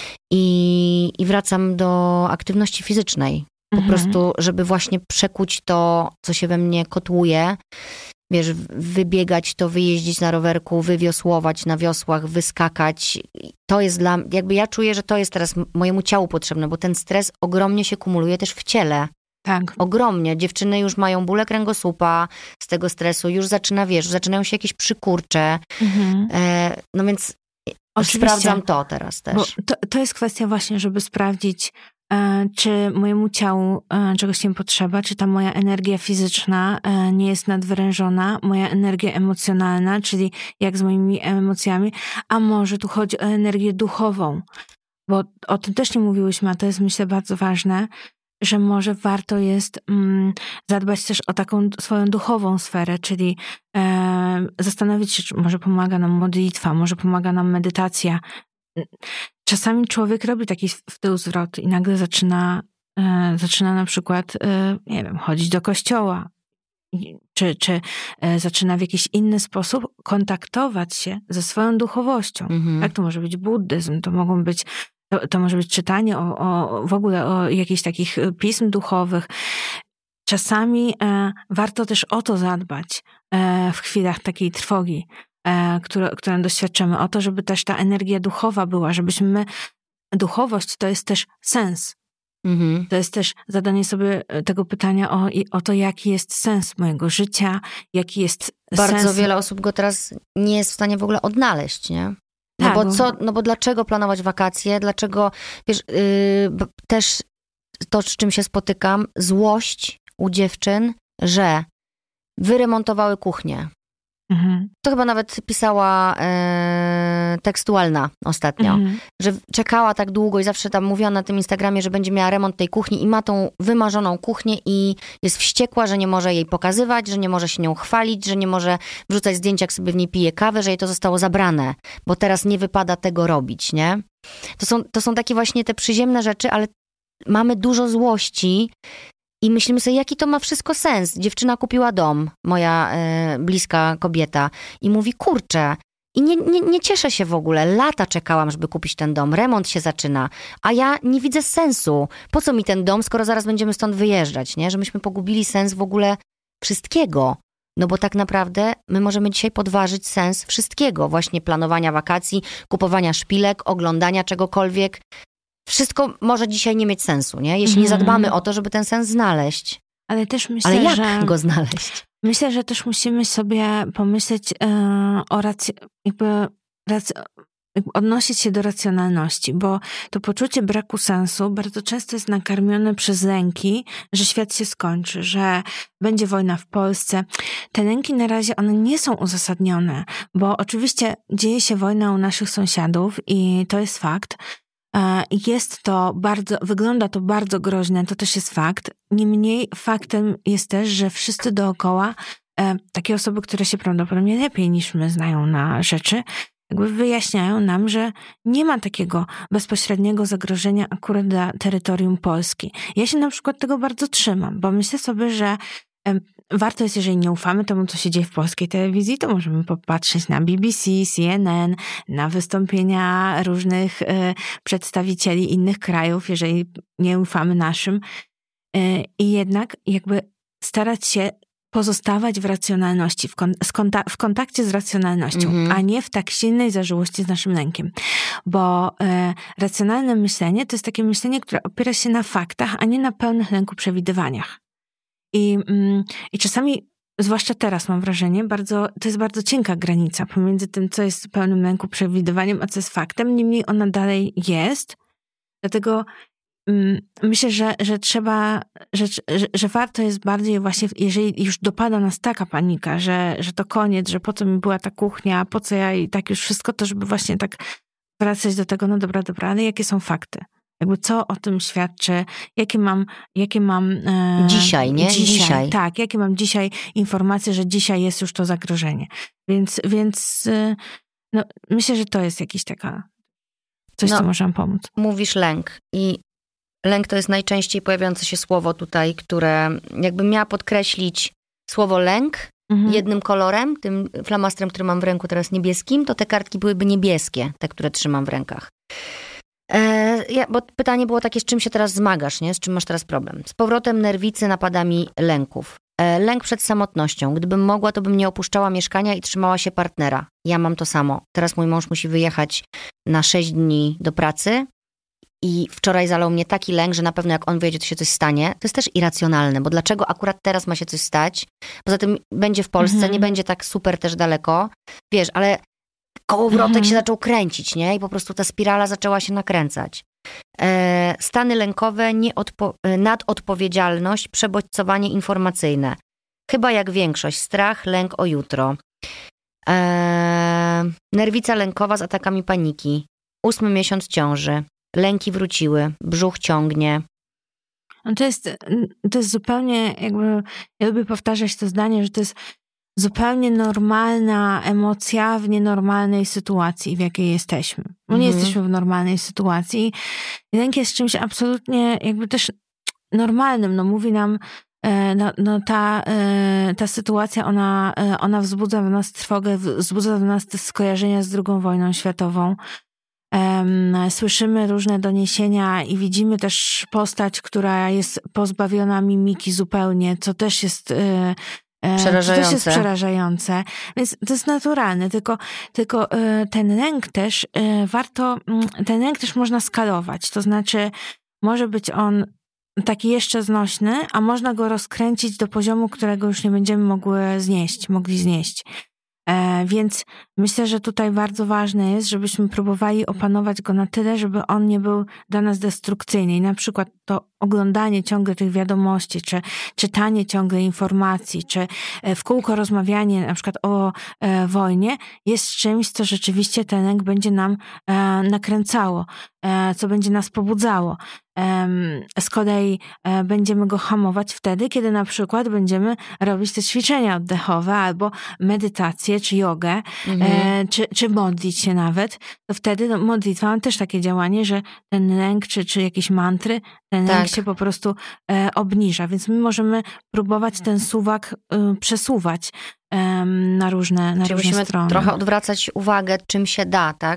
I, i wracam do aktywności fizycznej. Po mhm. prostu, żeby właśnie przekuć to, co się we mnie kotłuje, wiesz, wybiegać to, wyjeździć na rowerku, wywiosłować na wiosłach, wyskakać. To jest dla, jakby ja czuję, że to jest teraz mojemu ciału potrzebne, bo ten stres ogromnie się kumuluje też w ciele.
Tak.
Ogromnie. Dziewczyny już mają bóle kręgosłupa z tego stresu, już zaczyna, wiesz, zaczynają się jakieś przykurcze. Mhm. E, no więc oczywiście sprawdzam to teraz też.
Bo to, to jest kwestia właśnie, żeby sprawdzić, czy mojemu ciału czegoś nie potrzeba, czy ta moja energia fizyczna nie jest nadwyrężona, moja energia emocjonalna, czyli jak z moimi emocjami, a może tu chodzi o energię duchową, bo o tym też nie mówiłyśmy, a to jest myślę bardzo ważne, że może warto jest um, zadbać też o taką swoją duchową sferę, czyli e, zastanowić się, czy może pomaga nam modlitwa, może pomaga nam medytacja. Czasami człowiek robi taki w tył zwrot i nagle zaczyna, e, zaczyna na przykład, e, nie wiem, chodzić do kościoła, czy, czy e, zaczyna w jakiś inny sposób kontaktować się ze swoją duchowością. Mhm. Tak, to może być buddyzm, to mogą być, to, to może być czytanie o, o, w ogóle o jakichś takich pism duchowych. Czasami e, warto też o to zadbać e, w chwilach takiej trwogi, Które, którą doświadczamy, o to, żeby też ta energia duchowa była, żebyśmy my, duchowość to jest też sens. Mhm. To jest też zadanie sobie tego pytania o, o to, jaki jest sens mojego życia, jaki jest
Bardzo
sens...
wiele osób go teraz nie jest w stanie w ogóle odnaleźć, nie? No, tak, bo, co, no bo dlaczego planować wakacje? Dlaczego, wiesz, yy, też to, z czym się spotykam, złość u dziewczyn, że wyremontowały kuchnię. Mhm. To chyba nawet pisała e, tekstualna ostatnio, mhm. że czekała tak długo i zawsze tam mówiła na tym Instagramie, że będzie miała remont tej kuchni i ma tą wymarzoną kuchnię i jest wściekła, że nie może jej pokazywać, że nie może się nią chwalić, że nie może wrzucać zdjęć, jak sobie w niej pije kawę, że jej to zostało zabrane, bo teraz nie wypada tego robić, nie? To są, to są takie właśnie te przyziemne rzeczy, ale mamy dużo złości. I myślimy sobie, jaki to ma wszystko sens. Dziewczyna kupiła dom, moja e, bliska kobieta, i mówi, kurczę, i nie, nie, nie cieszę się w ogóle. Lata czekałam, żeby kupić ten dom. Remont się zaczyna, a ja nie widzę sensu. Po co mi ten dom, skoro zaraz będziemy stąd wyjeżdżać, nie? Że myśmy pogubili sens w ogóle wszystkiego. No bo tak naprawdę my możemy dzisiaj podważyć sens wszystkiego. Właśnie planowania wakacji, kupowania szpilek, oglądania czegokolwiek. Wszystko może dzisiaj nie mieć sensu, nie? Jeśli nie zadbamy o to, żeby ten sens znaleźć.
Ale też myślę,
Ale jak
że...
go znaleźć?
Myślę, że też musimy sobie pomyśleć yy, o rac... jakby rac... odnosić się do racjonalności, bo to poczucie braku sensu bardzo często jest nakarmione przez lęki, że świat się skończy, że będzie wojna w Polsce. Te lęki na razie one nie są uzasadnione, bo oczywiście dzieje się wojna u naszych sąsiadów i to jest fakt. Jest to bardzo, wygląda to bardzo groźne, to też jest fakt. Niemniej faktem jest też, że wszyscy dookoła, takie osoby, które się prawdopodobnie lepiej niż my znają na rzeczy, jakby wyjaśniają nam, że nie ma takiego bezpośredniego zagrożenia akurat dla terytorium Polski. Ja się na przykład tego bardzo trzymam, bo myślę sobie, że warto jest, jeżeli nie ufamy temu, co się dzieje w polskiej telewizji, to możemy popatrzeć na B B C, C N N, na wystąpienia różnych y, przedstawicieli innych krajów, jeżeli nie ufamy naszym. Y, I jednak jakby starać się pozostawać w racjonalności, w, kon- konta- w kontakcie z racjonalnością, mhm. a nie w tak silnej zażyłości z naszym lękiem. Bo y, racjonalne myślenie to jest takie myślenie, które opiera się na faktach, a nie na pełnych lęku przewidywaniach. I, I czasami, zwłaszcza teraz mam wrażenie, bardzo, to jest bardzo cienka granica pomiędzy tym, co jest pełnym lęku przewidywaniem, a co jest faktem. Niemniej ona dalej jest. Dlatego um, myślę, że, że trzeba, że, że, że warto jest bardziej właśnie, jeżeli już dopada nas taka panika, że, że to koniec, że po co mi była ta kuchnia, po co ja i tak już wszystko, to żeby właśnie tak wracać do tego, no dobra, dobra, ale jakie są fakty? Jakby co o tym świadczy, jakie mam, jakie mam e,
dzisiaj, nie?
Dzisiaj,
dzisiaj.
Tak, jakie mam dzisiaj informacje, że dzisiaj jest już to zagrożenie. Więc, więc e, no, myślę, że to jest jakiś taka coś, no, co może nam pomóc.
Mówisz lęk i lęk to jest najczęściej pojawiające się słowo tutaj, które jakbym miała podkreślić słowo lęk mhm. jednym kolorem, tym flamastrem, który mam w ręku teraz niebieskim, to te kartki byłyby niebieskie, te, które trzymam w rękach. E, ja, bo pytanie było takie, z czym się teraz zmagasz, nie? Z czym masz teraz problem? Z powrotem nerwicy, napadami lęków. E, lęk przed samotnością. Gdybym mogła, to bym nie opuszczała mieszkania i trzymała się partnera. Ja mam to samo. Teraz mój mąż musi wyjechać na sześć dni do pracy i wczoraj zalał mnie taki lęk, że na pewno jak on wyjedzie, to się coś stanie. To jest też irracjonalne, bo dlaczego akurat teraz ma się coś stać? Poza tym będzie w Polsce, mhm. nie będzie tak super też daleko. Wiesz, ale kołowrotek mhm. się zaczął kręcić, nie? I po prostu ta spirala zaczęła się nakręcać. E, stany lękowe, nieodpo- nadodpowiedzialność, przebodźcowanie informacyjne. Chyba jak większość. Strach, lęk o jutro. E, nerwica lękowa z atakami paniki. Ósmy miesiąc ciąży. Lęki wróciły. Brzuch ciągnie.
No to jest, to jest zupełnie jakby, ja lubię powtarzać to zdanie, że to jest zupełnie normalna emocja w nienormalnej sytuacji, w jakiej jesteśmy. My nie mhm. jesteśmy w normalnej sytuacji. Lęk jest czymś absolutnie jakby też normalnym. No mówi nam, no, no ta, ta sytuacja, ona, ona wzbudza w nas trwogę, wzbudza w nas te skojarzenia z drugą wojną światową. Słyszymy różne doniesienia i widzimy też postać, która jest pozbawiona mimiki zupełnie, co też jest
Przerażające.
To też jest przerażające, więc to jest naturalne, tylko, tylko ten lęk też warto, ten lęk też można skalować, to znaczy może być on taki jeszcze znośny, a można go rozkręcić do poziomu, którego już nie będziemy mogły znieść, mogli znieść. E, więc myślę, że tutaj bardzo ważne jest, żebyśmy próbowali opanować go na tyle, żeby on nie był dla nas destrukcyjny. I na przykład to oglądanie ciągle tych wiadomości, czy czytanie ciągle informacji, czy w kółko rozmawianie na przykład o e, wojnie jest czymś, co rzeczywiście ten lęk będzie nam e, nakręcało, e, co będzie nas pobudzało. Z kolei będziemy go hamować wtedy, kiedy na przykład będziemy robić te ćwiczenia oddechowe albo medytację, czy jogę, mhm. czy, czy modlić się nawet, to wtedy no, modlitwa ma też takie działanie, że ten lęk, czy, czy jakieś mantry, ten tak. lęk się po prostu e, obniża. Więc my możemy próbować ten suwak e, przesuwać e, na różne, na
Czyli
różne
musimy
strony.
Trochę odwracać uwagę, czym się da, tak?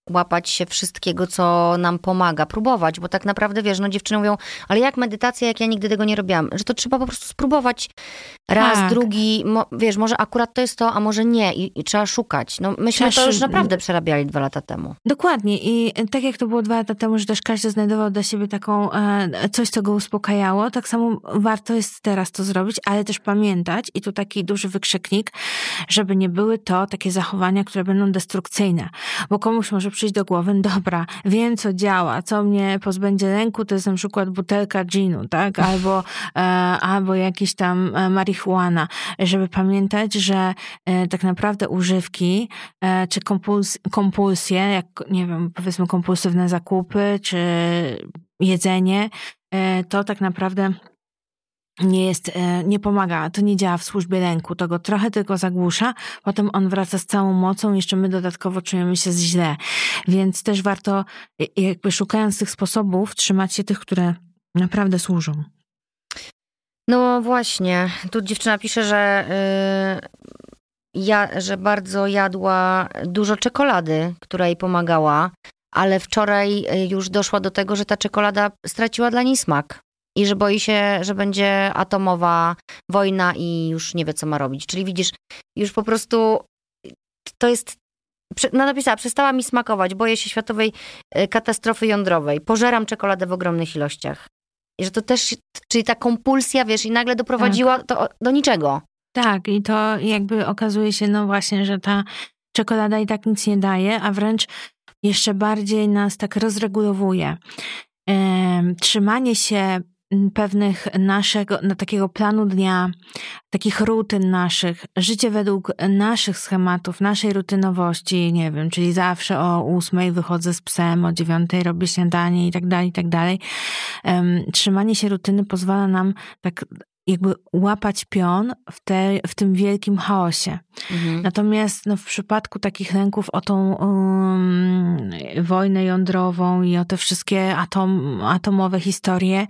łapać się wszystkiego, co nam pomaga, próbować, bo tak naprawdę, wiesz, no dziewczyny mówią, ale jak medytacja, jak ja nigdy tego nie robiłam, że to trzeba po prostu spróbować raz,
tak.
drugi, mo, wiesz, może akurat to jest to, a może nie i, i trzeba szukać. No myśmy
Trzeba
to już
szy-
naprawdę przerabiali dwa lata temu.
Dokładnie i tak jak to było dwa lata temu, że też każdy znajdował dla siebie taką, e, coś, co go uspokajało, tak samo warto jest teraz to zrobić, ale też pamiętać, i tu taki duży wykrzyknik, żeby nie były to takie zachowania, które będą destrukcyjne, bo komuś może przyjść do głowy, dobra, wiem co działa, co mnie pozbędzie lęku, to jest na przykład butelka ginu, tak, albo, e, albo jakiś tam marihuana, żeby pamiętać, że e, tak naprawdę używki, e, czy kompuls, kompulsje, jak, nie wiem, powiedzmy kompulsywne zakupy, czy jedzenie, e, to tak naprawdę nie jest, nie pomaga, to nie działa w służbie lęku, to go trochę tylko zagłusza, potem on wraca z całą mocą, jeszcze my dodatkowo czujemy się źle, więc też warto jakby szukając tych sposobów trzymać się tych, które naprawdę służą.
No właśnie, tu dziewczyna pisze, że, yy, ja, że bardzo jadła dużo czekolady, która jej pomagała, ale wczoraj już doszła do tego, że ta czekolada straciła dla niej smak. I że boi się, że będzie atomowa wojna i już nie wie, co ma robić. Czyli widzisz, już po prostu to jest... No napisała, przestała mi smakować, boję się światowej katastrofy jądrowej. Pożeram czekoladę w ogromnych ilościach. I że to też, czyli ta kompulsja, wiesz, i nagle doprowadziła tak. to do niczego.
Tak, i to jakby okazuje się, no właśnie, że ta czekolada i tak nic nie daje, a wręcz jeszcze bardziej nas tak rozregulowuje. Ehm, trzymanie się pewnych naszego, no, takiego planu dnia, takich rutyn naszych, życie według naszych schematów, naszej rutynowości, nie wiem, czyli zawsze o ósmej wychodzę z psem, o dziewiątej robię śniadanie i tak dalej, i tak dalej. Um, trzymanie się rutyny pozwala nam tak jakby łapać pion w, te, w tym wielkim chaosie. Mhm. Natomiast no, w przypadku takich lęków o tą um, wojnę jądrową i o te wszystkie atom, atomowe historie,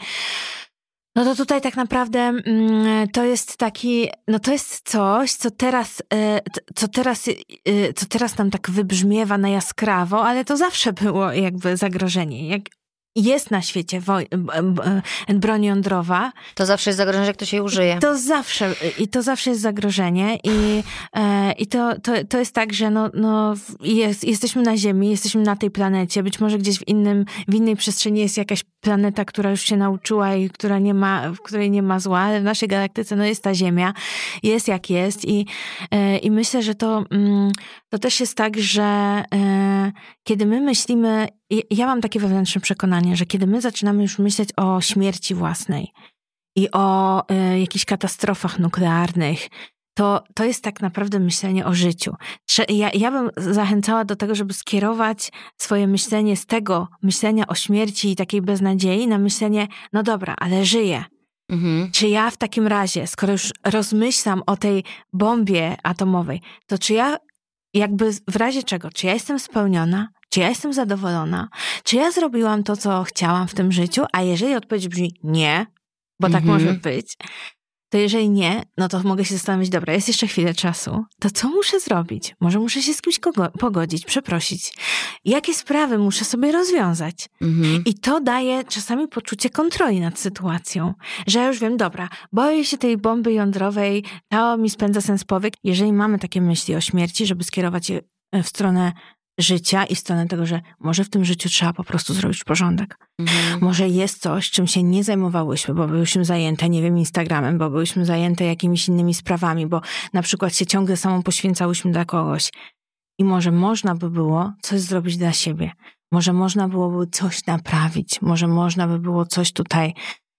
no to tutaj tak naprawdę um, to jest taki, no to jest coś, co teraz, e, co teraz, e, co teraz nam tak wybrzmiewa na jaskrawo, ale to zawsze było jakby zagrożenie. Jak jest na świecie woj- broń jądrowa.
To zawsze jest zagrożenie, że ktoś jej użyje.
To zawsze, i to zawsze jest zagrożenie i, e, i to, to, to jest tak, że no, no jest, jesteśmy na Ziemi, jesteśmy na tej planecie, być może gdzieś w innym, w innej przestrzeni jest jakaś planeta, która już się nauczyła i która nie ma, w której nie ma zła, ale w naszej galaktyce no jest ta Ziemia, jest jak jest i, e, i myślę, że to, mm, to też jest tak, że e, kiedy my myślimy, ja mam takie wewnętrzne przekonanie, że kiedy my zaczynamy już myśleć o śmierci własnej i o y, jakichś katastrofach nuklearnych, to, to jest tak naprawdę myślenie o życiu. Ja, ja bym zachęcała do tego, żeby skierować swoje myślenie z tego myślenia o śmierci i takiej beznadziei na myślenie, no dobra, ale żyję. Mhm. Czy ja w takim razie, skoro już rozmyślam o tej bombie atomowej, to czy ja jakby w razie czego, czy ja jestem spełniona? Czy ja jestem zadowolona? Czy ja zrobiłam to, co chciałam w tym życiu? A jeżeli odpowiedź brzmi nie, bo tak mm-hmm. może być, to jeżeli nie, no to mogę się zastanowić, dobra, jest jeszcze chwilę czasu, to co muszę zrobić? Może muszę się z kimś kogo- pogodzić, przeprosić. Jakie sprawy muszę sobie rozwiązać? Mm-hmm. I to daje czasami poczucie kontroli nad sytuacją, że ja już wiem, dobra, boję się tej bomby jądrowej, to mi spędza sens powiek. Jeżeli mamy takie myśli o śmierci, żeby skierować je w stronę życia i w stronę tego, że może w tym życiu trzeba po prostu zrobić porządek. Mhm. Może jest coś, czym się nie zajmowałyśmy, bo byłyśmy zajęte, nie wiem, Instagramem, bo byłyśmy zajęte jakimiś innymi sprawami, bo na przykład się ciągle samą poświęcałyśmy dla kogoś. I może można by było coś zrobić dla siebie. Może można byłoby coś naprawić. Może można by było coś tutaj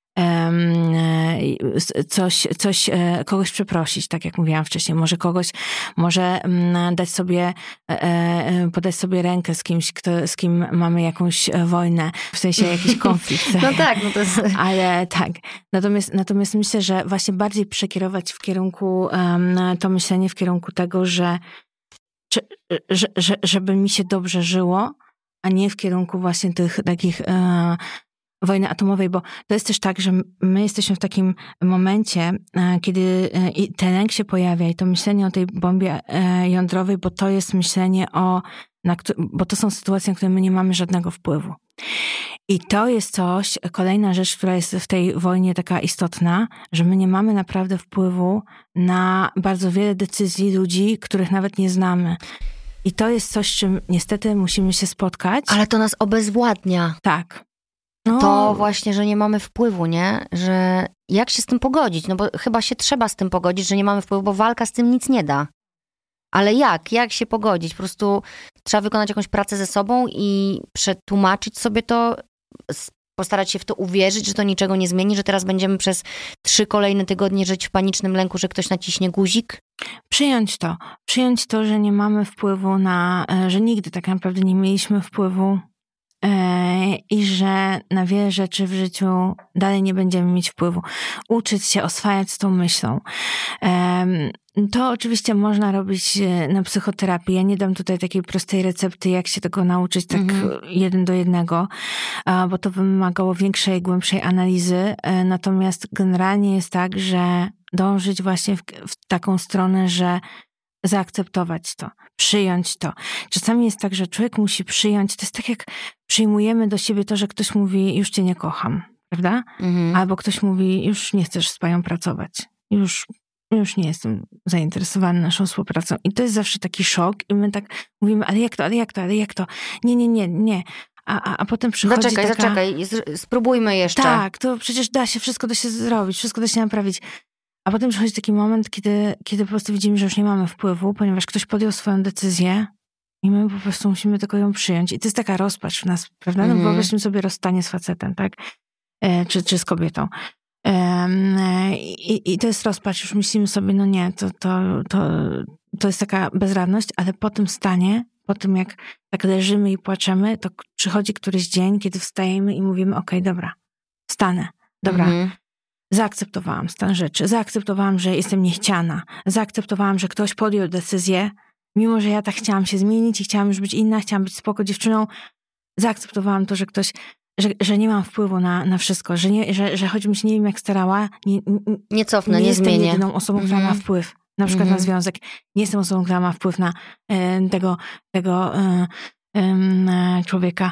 coś, coś, kogoś przeprosić, tak jak mówiłam wcześniej. Może kogoś, może dać sobie, podać sobie rękę z kimś, kto, z kim mamy jakąś wojnę, w sensie jakiś konflikt.
No tak, no to jest...
Ale tak. Natomiast, natomiast myślę, że właśnie bardziej przekierować w kierunku, to myślenie w kierunku tego, że, że, że, że żeby mi się dobrze żyło, a nie w kierunku właśnie tych takich wojny atomowej, bo to jest też tak, że my jesteśmy w takim momencie, kiedy ten lęk się pojawia i to myślenie o tej bombie jądrowej, bo to jest myślenie o na, bo to są sytuacje, na które my nie mamy żadnego wpływu. I to jest coś, kolejna rzecz, która jest w tej wojnie taka istotna, że my nie mamy naprawdę wpływu na bardzo wiele decyzji ludzi, których nawet nie znamy. I to jest coś, z czym niestety musimy się spotkać.
Ale to nas obezwładnia.
Tak. No.
To właśnie, że nie mamy wpływu, nie? Że jak się z tym pogodzić? No bo chyba się trzeba z tym pogodzić, że nie mamy wpływu, bo walka z tym nic nie da. Ale jak? Jak się pogodzić? Po prostu trzeba wykonać jakąś pracę ze sobą i przetłumaczyć sobie to, postarać się w to uwierzyć, że to niczego nie zmieni, że teraz będziemy przez trzy kolejne tygodnie żyć w panicznym lęku, że ktoś naciśnie guzik?
Przyjąć to. Przyjąć to, że nie mamy wpływu na, że nigdy tak naprawdę nie mieliśmy wpływu i że na wiele rzeczy w życiu dalej nie będziemy mieć wpływu. Uczyć się, oswajać z tą myślą. To oczywiście można robić na psychoterapii. Ja nie dam tutaj takiej prostej recepty, jak się tego nauczyć tak mm-hmm. jeden do jednego, bo to wymagało większej, głębszej analizy. Natomiast generalnie jest tak, że dążyć właśnie w, w taką stronę, że zaakceptować to, przyjąć to. Czasami jest tak, że człowiek musi przyjąć, to jest tak jak przyjmujemy do siebie to, że ktoś mówi, już cię nie kocham, prawda? Mhm. Albo ktoś mówi, już nie chcesz z panią pracować, już, już nie jestem zainteresowany naszą współpracą. I to jest zawsze taki szok i my tak mówimy, ale jak to, ale jak to, ale jak to? Nie, nie, nie, nie. A, a, a potem przychodzi
Zaczekaj,
taka...
zaczekaj, spróbujmy jeszcze.
Tak, to przecież da się, wszystko da się zrobić, wszystko da się naprawić. A potem przychodzi taki moment, kiedy, kiedy po prostu widzimy, że już nie mamy wpływu, ponieważ ktoś podjął swoją decyzję i my po prostu musimy tylko ją przyjąć. I to jest taka rozpacz w nas, prawda? No mm-hmm. wyobraźmy sobie rozstanie z facetem, tak? E, czy, czy z kobietą. E, i, I to jest rozpacz. Już myślimy sobie, no nie, to, to, to, to jest taka bezradność, ale po tym stanie, po tym jak tak leżymy i płaczemy, to przychodzi któryś dzień, kiedy wstajemy i mówimy, okej, okay, dobra, wstanę, dobra. Mm-hmm. Zaakceptowałam stan rzeczy, zaakceptowałam, że jestem niechciana, zaakceptowałam, że ktoś podjął decyzję, mimo że ja tak chciałam się zmienić i chciałam już być inna, chciałam być spoko dziewczyną, zaakceptowałam to, że ktoś, że, że nie mam wpływu na, na wszystko, że, nie, że, że choćbym się nie wiem jak starała, nie, nie,
nie cofnę, nie,
nie jestem
zmienię.
jedyną osobą, która mm-hmm. ma wpływ, na przykład mm-hmm. na związek, nie jestem osobą, która ma wpływ na e, tego, tego e, e, człowieka,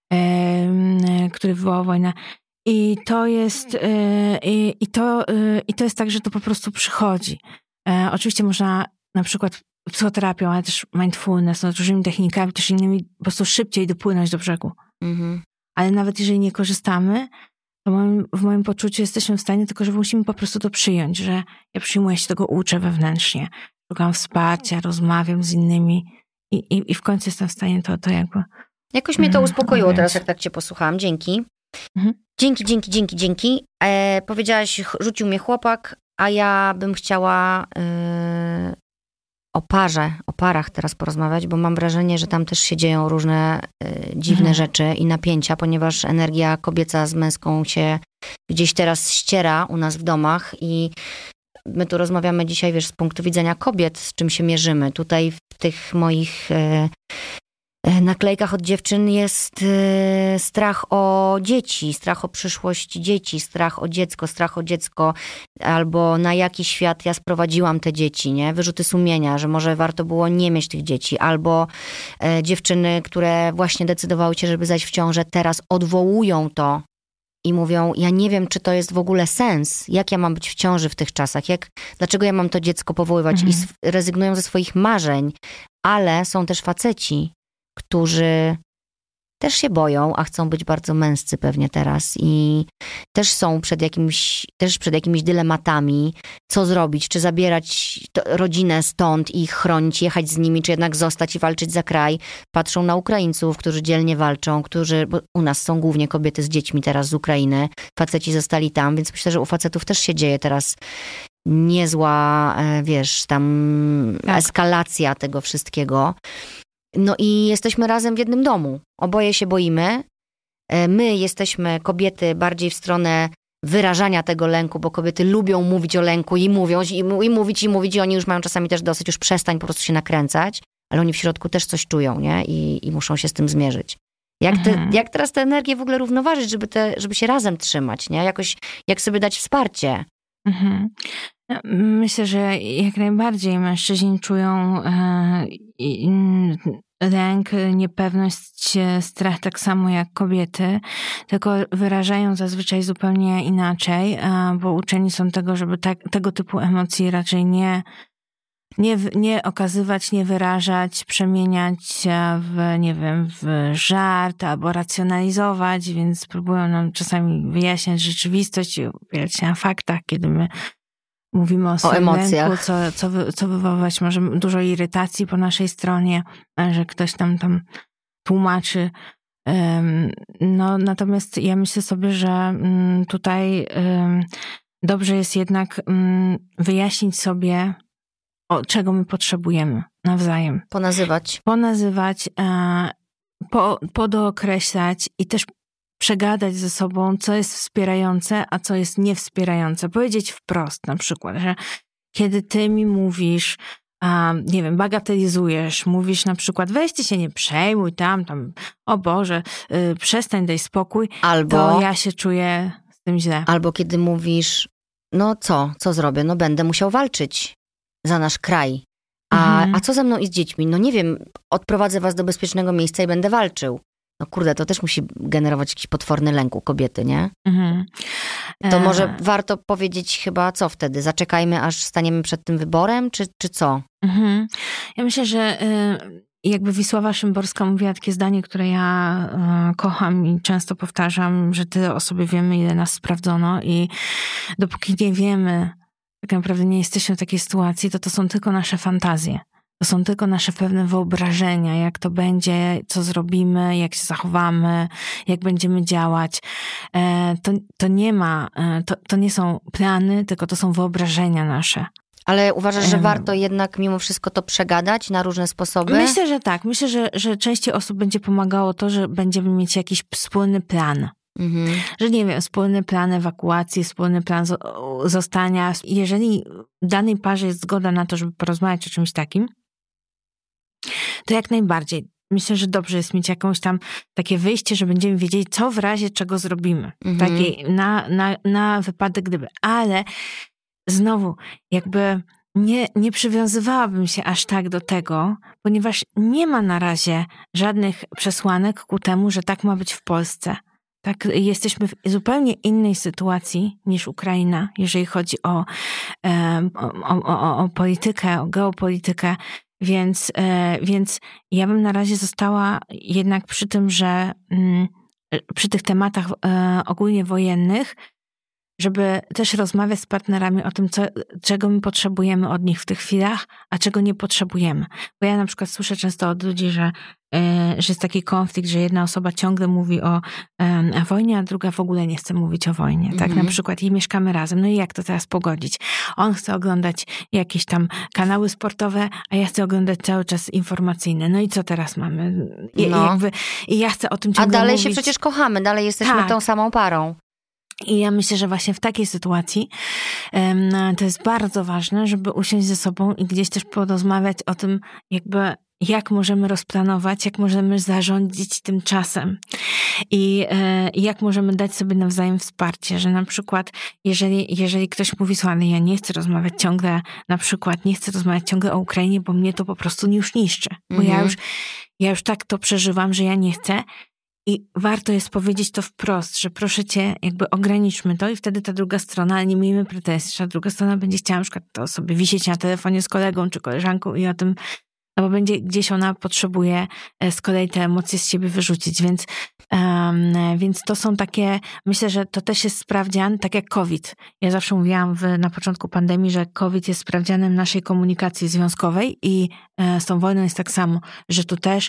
e, który wywołał wojnę. I to jest, yy, i, to, yy, i to jest tak, że to po prostu przychodzi. Yy, oczywiście można na przykład psychoterapią, ale też mindfulness, no, różnymi technikami, też innymi, po prostu szybciej dopłynąć do brzegu. Mm-hmm. Ale nawet jeżeli nie korzystamy, to moim, w moim poczuciu jesteśmy w stanie, tylko że musimy po prostu to przyjąć, że ja przyjmuję się tego, uczę wewnętrznie, szukam wsparcia, rozmawiam z innymi i, i, i w końcu jestem w stanie to, to jakby...
Jakoś mnie to uspokoiło mm, teraz, jak tak cię posłuchałam. Dzięki. Mhm. Dzięki, dzięki, dzięki, dzięki. E, powiedziałaś, rzucił mnie chłopak, a ja bym chciała e, o parze, o parach teraz porozmawiać, bo mam wrażenie, że tam też się dzieją różne e, dziwne mhm. rzeczy i napięcia, ponieważ energia kobieca z męską się gdzieś teraz ściera u nas w domach i my tu rozmawiamy dzisiaj, wiesz, z punktu widzenia kobiet, z czym się mierzymy. Tutaj w tych moich e, naklejkach od dziewczyn jest y, strach o dzieci, strach o przyszłość dzieci, strach o dziecko, strach o dziecko, albo na jaki świat ja sprowadziłam te dzieci, nie? Wyrzuty sumienia, że może warto było nie mieć tych dzieci, albo y, dziewczyny, które właśnie decydowały się, żeby zajść w ciążę, teraz odwołują to i mówią, ja nie wiem, czy to jest w ogóle sens, jak ja mam być w ciąży w tych czasach, jak, dlaczego ja mam to dziecko powoływać mhm. i sw- rezygnują ze swoich marzeń, ale są też faceci, którzy też się boją, a chcą być bardzo męscy pewnie teraz i też są przed jakimś, też przed jakimiś dylematami, co zrobić, czy zabierać to, rodzinę stąd i ich chronić, jechać z nimi, czy jednak zostać i walczyć za kraj. Patrzą na Ukraińców, którzy dzielnie walczą, którzy, bo u nas są głównie kobiety z dziećmi teraz z Ukrainy, faceci zostali tam, więc myślę, że u facetów też się dzieje teraz niezła, wiesz, tam tak. eskalacja tego wszystkiego. No i jesteśmy razem w jednym domu. Oboje się boimy. My jesteśmy, kobiety, bardziej w stronę wyrażania tego lęku, bo kobiety lubią mówić o lęku i mówią, i, i mówić, i mówić, i oni już mają czasami też dosyć, już przestań po prostu się nakręcać, ale oni w środku też coś czują, nie? I, i muszą się z tym zmierzyć. Jak, te, mhm. jak teraz tę energię w ogóle równoważyć, żeby, te, żeby się razem trzymać, nie? Jakoś, jak sobie dać wsparcie?
Mhm. Myślę, że jak najbardziej mężczyźni czują e, lęk, niepewność, strach tak samo jak kobiety, tylko wyrażają zazwyczaj zupełnie inaczej, e, bo uczeni są tego, żeby tak, tego typu emocji raczej nie Nie, nie okazywać, nie wyrażać, przemieniać w, nie wiem, w żart albo racjonalizować, więc próbują nam czasami wyjaśniać rzeczywistość i opierać się na faktach, kiedy my mówimy o, o emocjach, lęku, co, co, wy, co wywoływać może dużo irytacji po naszej stronie, że ktoś nam tam tłumaczy. No, natomiast ja myślę sobie, że tutaj dobrze jest jednak wyjaśnić sobie, o czego my potrzebujemy nawzajem.
Ponazywać.
Ponazywać, po, podookreślać i też przegadać ze sobą, co jest wspierające, a co jest niewspierające. Powiedzieć wprost na przykład, że kiedy ty mi mówisz, a, nie wiem, bagatelizujesz, mówisz na przykład, weź ty się nie przejmuj tam, tam, o Boże, y, przestań, daj spokój, albo, to ja się czuję z tym źle.
Albo kiedy mówisz, no co, co zrobię? No będę musiał walczyć za nasz kraj. A, mhm. a co ze mną i z dziećmi? No nie wiem, odprowadzę was do bezpiecznego miejsca i będę walczył. No kurde, to też musi generować jakiś potworny lęk u kobiety, nie? Mhm. To może e... warto powiedzieć chyba, co wtedy? Zaczekajmy, aż staniemy przed tym wyborem, czy, czy co?
Mhm. Ja myślę, że y, jakby Wisława Szymborska mówiła takie zdanie, które ja y, kocham i często powtarzam, że tyle o sobie wiemy, ile nas sprawdzono i dopóki nie wiemy, tak naprawdę nie jesteśmy w takiej sytuacji, to to są tylko nasze fantazje. To są tylko nasze pewne wyobrażenia, jak to będzie, co zrobimy, jak się zachowamy, jak będziemy działać. To, to nie ma, to, to nie są plany, tylko to są wyobrażenia nasze.
Ale uważasz, że warto jednak mimo wszystko to przegadać na różne sposoby?
Myślę, że tak. Myślę, że, że części osób będzie pomagało to, że będziemy mieć jakiś wspólny plan. Mhm. Że nie wiem, wspólny plan ewakuacji, wspólny plan zostania. Jeżeli w danej parze jest zgoda na to, żeby porozmawiać o czymś takim, to jak najbardziej. Myślę, że dobrze jest mieć jakąś tam takie wyjście, że będziemy wiedzieli, co w razie czego zrobimy. Mhm. Takie na, na, na wypadek gdyby. Ale znowu, jakby nie, nie przywiązywałabym się aż tak do tego, ponieważ nie ma na razie żadnych przesłanek ku temu, że tak ma być w Polsce. Tak, jesteśmy w zupełnie innej sytuacji niż Ukraina, jeżeli chodzi o, o, o, o politykę, o geopolitykę, więc, więc ja bym na razie została jednak przy tym, że przy tych tematach ogólnie wojennych, żeby też rozmawiać z partnerami o tym, co, czego my potrzebujemy od nich w tych chwilach, a czego nie potrzebujemy. Bo ja na przykład słyszę często od ludzi, że, że jest taki konflikt, że jedna osoba ciągle mówi o, o wojnie, a druga w ogóle nie chce mówić o wojnie. Tak, mhm. Na przykład i mieszkamy razem. No i jak to teraz pogodzić? On chce oglądać jakieś tam kanały sportowe, a ja chcę oglądać cały czas informacyjne. No i co teraz mamy? I, no. jakby, i ja chcę o tym ciągle
A dalej
mówić.
się przecież kochamy, dalej jesteśmy tak. tą samą parą.
I ja myślę, że właśnie w takiej sytuacji um, to jest bardzo ważne, żeby usiąść ze sobą i gdzieś też porozmawiać o tym, jakby jak możemy rozplanować, jak możemy zarządzić tym czasem i e, jak możemy dać sobie nawzajem wsparcie, że na przykład jeżeli, jeżeli ktoś mówi, słuchaj, ja nie chcę rozmawiać ciągle, na przykład nie chcę rozmawiać ciągle o Ukrainie, bo mnie to po prostu już niszczy, bo mhm. ja już ja już tak to przeżywam, że ja nie chcę. I warto jest powiedzieć to wprost, że proszę cię, jakby ograniczmy to i wtedy ta druga strona, ale nie miejmy pretensji, że ta druga strona będzie chciała na przykład to sobie wisieć na telefonie z kolegą czy koleżanką i o tym, no bo będzie gdzieś ona potrzebuje z kolei te emocje z siebie wyrzucić, więc, um, więc to są takie, myślę, że to też jest sprawdzian, tak jak COVID. Ja zawsze mówiłam w, na początku pandemii, że COVID jest sprawdzianem naszej komunikacji związkowej i e, z tą wojną jest tak samo, że tu też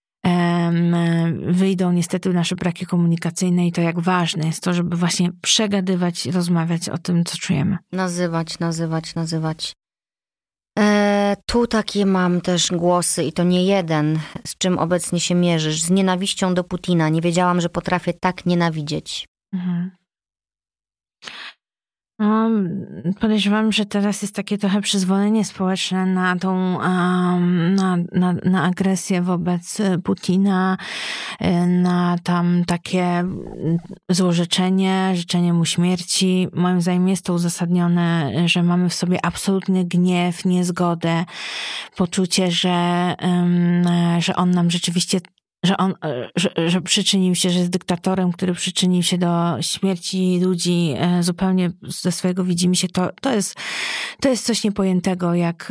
wyjdą niestety nasze braki komunikacyjne i to jak ważne jest to, żeby właśnie przegadywać i rozmawiać o tym, co czujemy.
Nazywać, nazywać, nazywać. E, tu takie mam też głosy i to nie jeden, z czym obecnie się mierzysz. Z nienawiścią do Putina. Nie wiedziałam, że potrafię tak nienawidzieć. Mhm.
No, podejrzewam, że teraz jest takie trochę przyzwolenie społeczne na tą na, na, na agresję wobec Putina, na tam takie złorzeczenie, życzenie mu śmierci. Moim zdaniem jest to uzasadnione, że mamy w sobie absolutny gniew, niezgodę, poczucie, że, że on nam rzeczywiście że on, że, że przyczynił się, że jest dyktatorem, który przyczynił się do śmierci ludzi zupełnie ze swojego widzimisię, to, to jest, to jest coś niepojętego, jak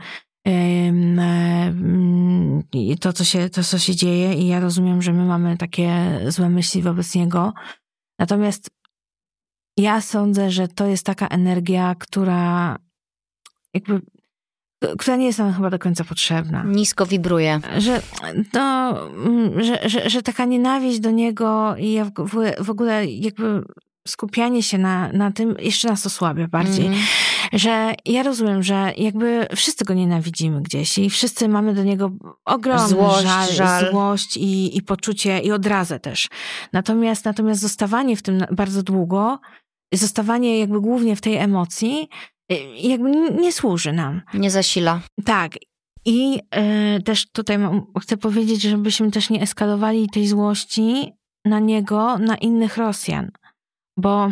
to, co się, to, co się dzieje, i ja rozumiem, że my mamy takie złe myśli wobec niego. Natomiast ja sądzę, że to jest taka energia, która jakby która nie jest nam chyba do końca potrzebna.
Nisko wibruje.
Że, no, że, że, że taka nienawiść do niego i w ogóle, w ogóle jakby skupianie się na, na tym jeszcze nas osłabia bardziej. Mm. Że ja rozumiem, że jakby wszyscy go nienawidzimy gdzieś i wszyscy mamy do niego ogromny
złość,
żal,
żal.
złość i, i poczucie i odrazę też. Natomiast, natomiast zostawanie w tym bardzo długo, zostawanie jakby głównie w tej emocji jakby nie służy nam.
Nie zasila.
Tak. I y, też tutaj mam, chcę powiedzieć, żebyśmy też nie eskalowali tej złości na niego, na innych Rosjan. Bo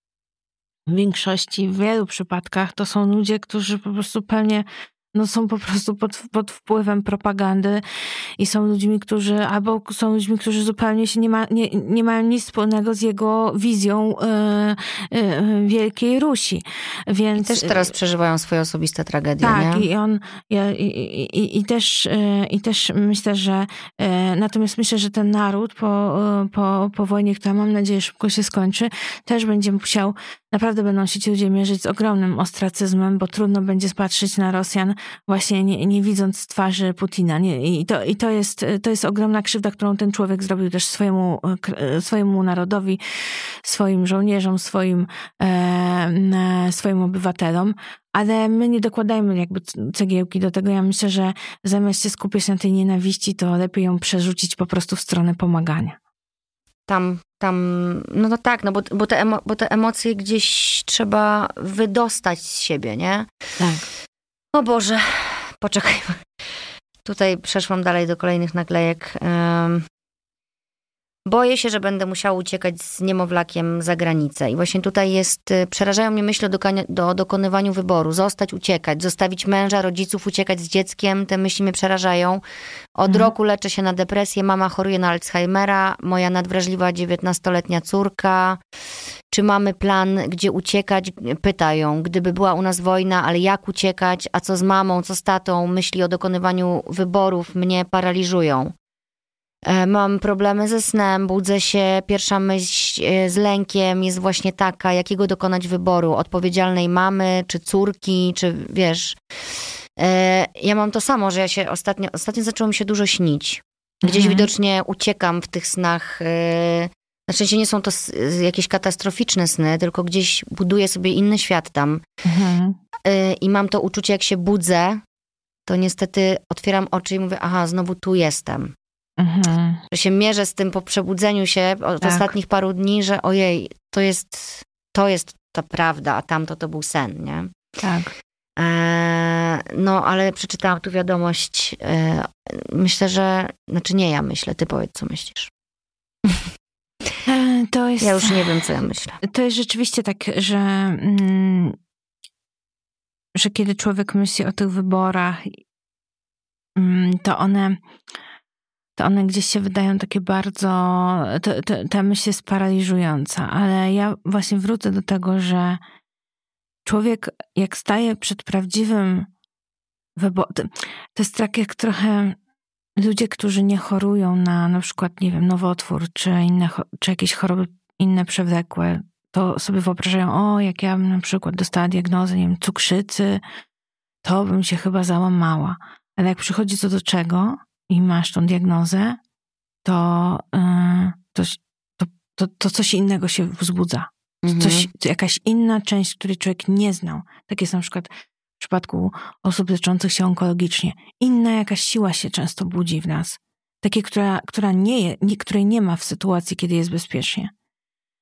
w większości, w wielu przypadkach to są ludzie, którzy po prostu pewnie no są po prostu pod, pod wpływem propagandy i są ludźmi, którzy, albo są ludźmi, którzy zupełnie się nie, ma, nie, nie mają nic wspólnego z jego wizją y, y, Wielkiej Rusi. Więc,
I też teraz przeżywają swoje osobiste tragedie,
tak,
nie?
i on, i, i, i, i, też, i też myślę, że natomiast myślę, że ten naród po, po, po wojnie, która mam nadzieję szybko się skończy, też będzie musiał, naprawdę będą się ci ludzie mierzyć z ogromnym ostracyzmem, bo trudno będzie patrzeć na Rosjan właśnie nie, nie widząc twarzy Putina. Nie, i, to, I to jest, to jest ogromna krzywda, którą ten człowiek zrobił też swojemu, swojemu narodowi, swoim żołnierzom, swoim, e, swoim obywatelom. Ale my nie dokładajmy jakby cegiełki do tego. Ja myślę, że zamiast się skupiać na tej nienawiści, to lepiej ją przerzucić po prostu w stronę pomagania.
Tam, tam, no, no tak, no bo, bo, te emo, bo te emocje gdzieś trzeba wydostać z siebie, nie?
Tak.
O Boże, poczekaj. Tutaj przeszłam dalej do kolejnych naklejek. Um, boję się, że będę musiała uciekać z niemowlakiem za granicę. I właśnie tutaj jest, przerażają mnie myśli o, dokania, do, dokonywaniu wyboru. Zostać, uciekać, zostawić męża, rodziców, uciekać z dzieckiem. Te myśli mnie przerażają. Od mhm. roku leczę się na depresję, mama choruje na Alzheimera, moja nadwrażliwa dziewiętnastoletnia córka. Czy mamy plan, gdzie uciekać? Pytają. Gdyby była u nas wojna, ale jak uciekać? A co z mamą, co z tatą? Myśli o dokonywaniu wyborów mnie paraliżują. Mam problemy ze snem, budzę się, pierwsza myśl z lękiem jest właśnie taka, jakiego dokonać wyboru, odpowiedzialnej mamy, czy córki, czy wiesz. Ja mam to samo, że ja się ostatnio, ostatnio zaczęło mi się dużo śnić. Gdzieś mhm. widocznie uciekam w tych snach, na szczęście nie są to jakieś katastroficzne sny, tylko gdzieś buduję sobie inny świat tam. Mhm. I mam to uczucie, jak się budzę, to niestety otwieram oczy i mówię, aha, znowu tu jestem. Mhm. Że się mierzę z tym po przebudzeniu się od tak. ostatnich paru dni, że ojej, to jest, to jest ta prawda, a tamto to był sen, nie?
Tak.
E, no, ale przeczytałam tu wiadomość. E, myślę, że, znaczy nie ja myślę, ty powiedz, co myślisz.
To jest,
ja już nie wiem, co ja myślę.
To jest rzeczywiście tak, że, mm, że kiedy człowiek myśli o tych wyborach, mm, to one to one gdzieś się wydają takie bardzo, to, to, ta myśl jest paraliżująca, ale ja właśnie wrócę do tego, że człowiek jak staje przed prawdziwym wyborem, to jest tak jak trochę ludzie, którzy nie chorują na na przykład, nie wiem, nowotwór, czy inne, czy jakieś choroby inne przewlekłe, to sobie wyobrażają, o, jak ja bym na przykład dostała diagnozę, nie wiem, cukrzycy, to bym się chyba załamała. Ale jak przychodzi co do czego i masz tą diagnozę, to, yy, to, to, to, to coś innego się wzbudza. Mhm. Coś, jakaś inna część, której człowiek nie znał. Tak jest na przykład w przypadku osób leczących się onkologicznie. Inna jakaś siła się często budzi w nas. Takiej, która, która nie, nie, której nie ma w sytuacji, kiedy jest bezpiecznie.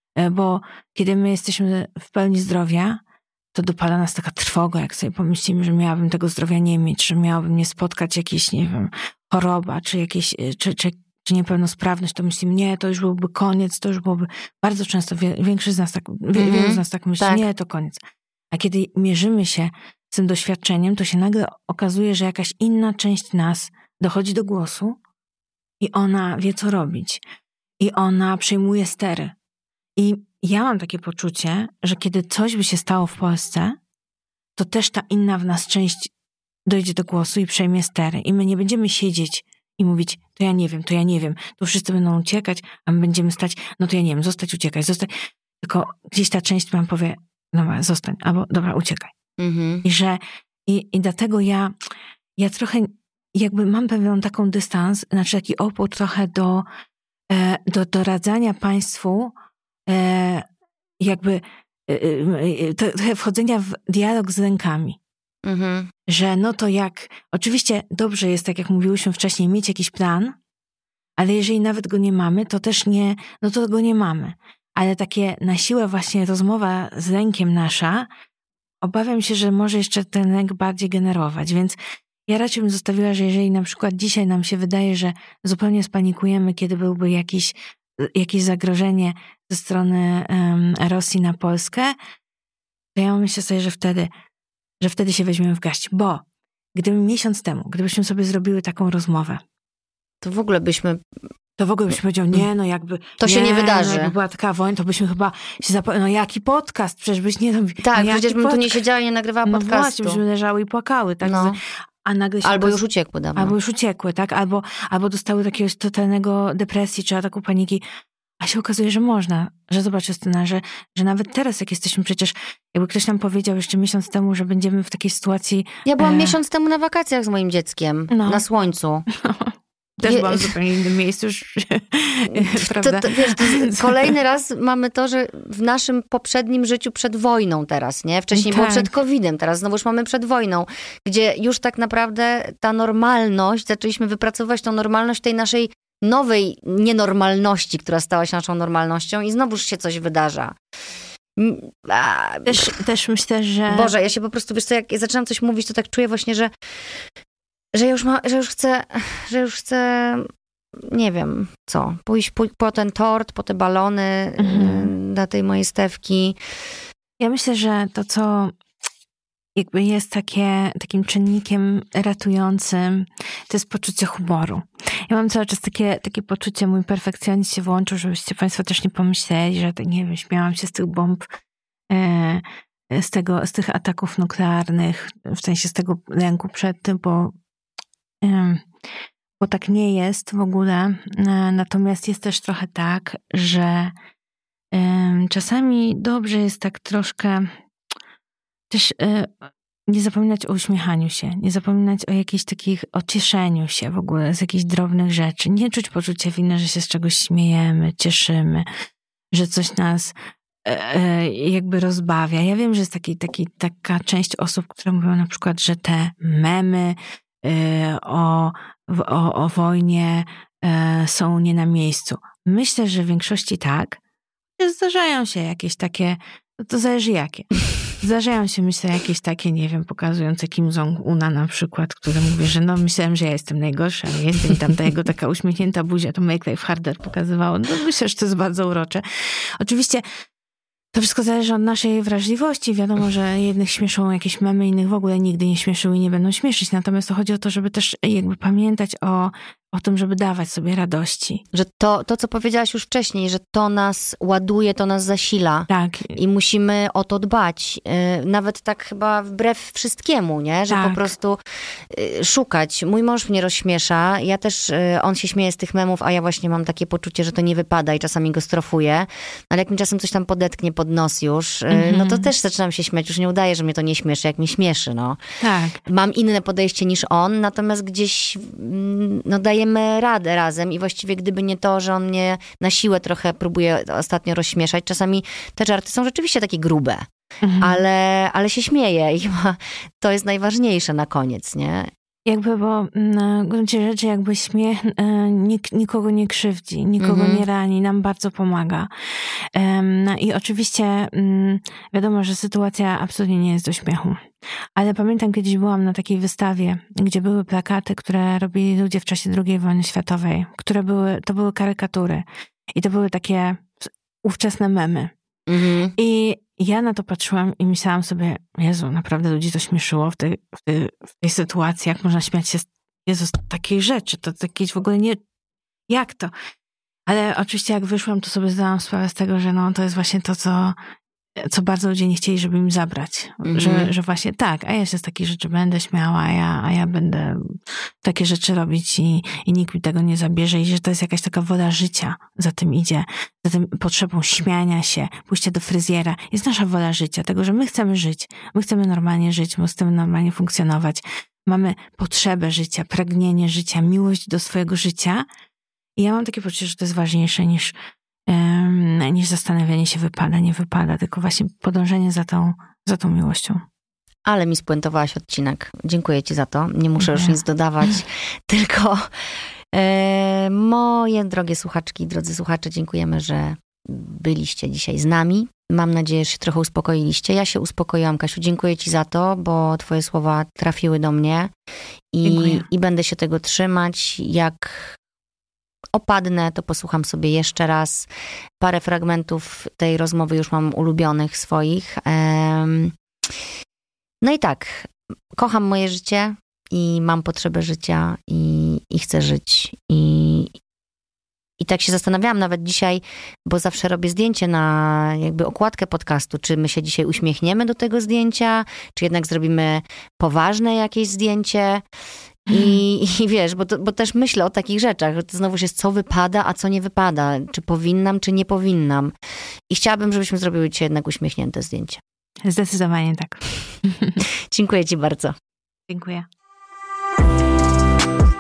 Bo kiedy my jesteśmy w pełni zdrowia, to dopada nas taka trwoga, jak sobie pomyślimy, że miałabym tego zdrowia nie mieć, że miałabym nie spotkać jakiejś, nie wiem, choroba, czy jakieś, czy, czy, czy niepełnosprawność, to myślimy, nie, to już byłby koniec, to już byłoby, bardzo często, większość z nas tak, mm-hmm. wielu z nas tak myśli, tak. nie, to koniec. A kiedy mierzymy się z tym doświadczeniem, to się nagle okazuje, że jakaś inna część nas dochodzi do głosu i ona wie, co robić. I ona przejmuje stery. I ja mam takie poczucie, że kiedy coś by się stało w Polsce, to też ta inna w nas część dojdzie do głosu i przejmie stery. I my nie będziemy siedzieć i mówić, to ja nie wiem, to ja nie wiem. Tu wszyscy będą uciekać, a my będziemy stać, no to ja nie wiem, zostać, uciekać, zostać. Tylko gdzieś ta część nam powie, no zostań, albo dobra, uciekaj. Mhm. I że, i, i dlatego ja, ja trochę jakby mam pewien taką dystans, znaczy taki opór trochę do, do doradzania państwu, jakby trochę wchodzenia w dialog z rękami. Mhm. Że no to jak, oczywiście dobrze jest, tak jak mówiłyśmy wcześniej, mieć jakiś plan, ale jeżeli nawet go nie mamy, to też nie, no to go nie mamy. Ale takie na siłę właśnie rozmowa z rękiem nasza, obawiam się, że może jeszcze ten lęk bardziej generować, więc ja raczej bym zostawiła, że jeżeli na przykład dzisiaj nam się wydaje, że zupełnie spanikujemy, kiedy byłby jakiś, jakieś zagrożenie ze strony um, Rosji na Polskę, to ja myślę sobie, że wtedy, że wtedy się weźmiemy w garść. Bo gdyby miesiąc temu, gdybyśmy sobie zrobiły taką rozmowę,
to w ogóle byśmy...
To w ogóle byśmy powiedział, nie, no jakby...
To
nie,
się nie wydarzy.
No jakby była taka wojna, to byśmy chyba się zapomnieli, no jaki podcast, przecież byś nie... No,
tak,
no
przecież bym pod... tu nie siedziała i nie nagrywała
no
podcastu.
No właśnie, byśmy leżały i płakały, tak? No. A nagle się
albo
okaz...
już uciekły dawno.
Albo już uciekły, tak? Albo, albo dostały takiegoś totalnego depresji, czy ataku paniki. A się okazuje, że można. Że zobacz, Justyna, że, że nawet teraz, jak jesteśmy przecież, jakby ktoś nam powiedział jeszcze miesiąc temu, że będziemy w takiej sytuacji...
Ja byłam
e...
miesiąc temu na wakacjach z moim dzieckiem. No. Na słońcu.
No. Też byłam w zupełnie innym miejscu już, prawda?
To, to, wiesz, to kolejny raz mamy to, że w naszym poprzednim życiu przed wojną teraz, nie? Wcześniej tak. było przed kowidem, teraz znowu już mamy przed wojną, gdzie już tak naprawdę ta normalność, zaczęliśmy wypracowywać tą normalność tej naszej nowej nienormalności, która stała się naszą normalnością i znowuż się coś wydarza.
A, też, też myślę, że...
Boże, ja się po prostu, wiesz co, jak zaczynam coś mówić, to tak czuję właśnie, że Że już, ma, że już chcę, że już chcę, nie wiem co, pójść po, po ten tort, po te balony mhm. dla tej mojej Stefki.
Ja myślę, że to, co jakby jest takie, takim czynnikiem ratującym, to jest poczucie humoru. Ja mam cały czas takie, takie poczucie, mój perfekcjonizm się włączył, żebyście państwo też nie pomyśleli, że tak, nie wiem, śmiałam się z tych bomb, e, z, tego, z tych ataków nuklearnych, w sensie z tego lęku przed tym, bo bo tak nie jest w ogóle. Natomiast jest też trochę tak, że czasami dobrze jest tak troszkę też nie zapominać o uśmiechaniu się, nie zapominać o jakichś takich, o cieszeniu się w ogóle z jakichś drobnych rzeczy. Nie czuć poczucia winy, że się z czegoś śmiejemy, cieszymy, że coś nas jakby rozbawia. Ja wiem, że jest taki, taki, taka część osób, które mówią na przykład, że te memy O, o, o wojnie e, są nie na miejscu. Myślę, że w większości tak. Zdarzają się jakieś takie, to zależy jakie. Zdarzają się, myślę, jakieś takie, nie wiem, pokazujące Kim Jong-una na przykład, który mówi, że no myślałem, że ja jestem najgorsza, ale jestem, i tam ta jego taka uśmiechnięta buzia, to Make Life Harder pokazywało. No myślę, że to jest bardzo urocze. Oczywiście to wszystko zależy od naszej wrażliwości. Wiadomo, że jednych śmieszą jakieś memy, innych w ogóle nigdy nie śmieszyły i nie będą śmieszyć. Natomiast to chodzi o to, żeby też jakby pamiętać o, o tym, żeby dawać sobie radości.
Że to, to, co powiedziałaś już wcześniej, że to nas ładuje, to nas zasila.
Tak.
I musimy o to dbać. Nawet tak chyba wbrew wszystkiemu, nie? Że tak. po prostu szukać. Mój mąż mnie rozśmiesza. Ja też, on się śmieje z tych memów, a ja właśnie mam takie poczucie, że to nie wypada i czasami go strofuję. Ale jak mi czasem coś tam podetknie pod nos już, mm-hmm. no to też zaczynam się śmiać. Już nie udaje, że mnie to nie śmieszy, jak mnie śmieszy, no.
Tak.
Mam inne podejście niż on, natomiast gdzieś no dajemy radę razem i właściwie gdyby nie to, że on mnie na siłę trochę próbuje ostatnio rozśmieszać, czasami te żarty są rzeczywiście takie grube, mhm. ale, ale się śmieje i chyba to jest najważniejsze na koniec, nie?
Jakby, bo na gruncie rzeczy jakby śmiech nik, nikogo nie krzywdzi, nikogo mm-hmm. nie rani, nam bardzo pomaga. Um, no i oczywiście um, wiadomo, że sytuacja absolutnie nie jest do śmiechu. Ale pamiętam, kiedyś byłam na takiej wystawie, gdzie były plakaty, które robili ludzie w czasie drugiej wojny światowej, które były, to były karykatury. I to były takie ówczesne memy. Mm-hmm. I ja na to patrzyłam i myślałam sobie, Jezu, naprawdę ludzi to śmieszyło w tej, w tej, w tej sytuacji, jak można śmiać się z, Jezu, z takiej rzeczy, to jakieś w ogóle nie, jak to? Ale oczywiście jak wyszłam, to sobie zdałam sprawę z tego, że no to jest właśnie to, co, co bardzo ludzie nie chcieli, żeby im zabrać. Mm-hmm. Że, że właśnie tak, a ja się z takich rzeczy będę śmiała, a ja, a ja będę takie rzeczy robić i, i nikt mi tego nie zabierze i że to jest jakaś taka wola życia za tym idzie, za tym potrzebą śmiania się, pójścia do fryzjera. Jest nasza wola życia, tego, że my chcemy żyć, my chcemy normalnie żyć, my chcemy normalnie funkcjonować. Mamy potrzebę życia, pragnienie życia, miłość do swojego życia i ja mam takie poczucie, że to jest ważniejsze niż niż zastanawianie się wypada, nie wypada, tylko właśnie podążenie za tą, za tą miłością.
Ale mi spuentowałaś odcinek. Dziękuję ci za to. Nie muszę już nic dodawać, tylko e, moje drogie słuchaczki, drodzy słuchacze, dziękujemy, że byliście dzisiaj z nami. Mam nadzieję, że się trochę uspokoiliście. Ja się uspokoiłam, Kasiu. Dziękuję ci za to, bo twoje słowa trafiły do mnie i, i będę się tego trzymać. Jak opadnę, to posłucham sobie jeszcze raz. Parę fragmentów tej rozmowy już mam ulubionych swoich. No i tak, kocham moje życie i mam potrzebę życia i, i chcę żyć. I, I tak się zastanawiałam nawet dzisiaj, bo zawsze robię zdjęcie na jakby okładkę podcastu, czy my się dzisiaj uśmiechniemy do tego zdjęcia, czy jednak zrobimy poważne jakieś zdjęcie. I, i wiesz, bo, to, bo też myślę o takich rzeczach, że to znowu jest co wypada, a co nie wypada. Czy powinnam, czy nie powinnam. I chciałabym, żebyśmy zrobiły dzisiaj jednak uśmiechnięte zdjęcie.
Zdecydowanie tak.
Dziękuję ci bardzo.
Dziękuję.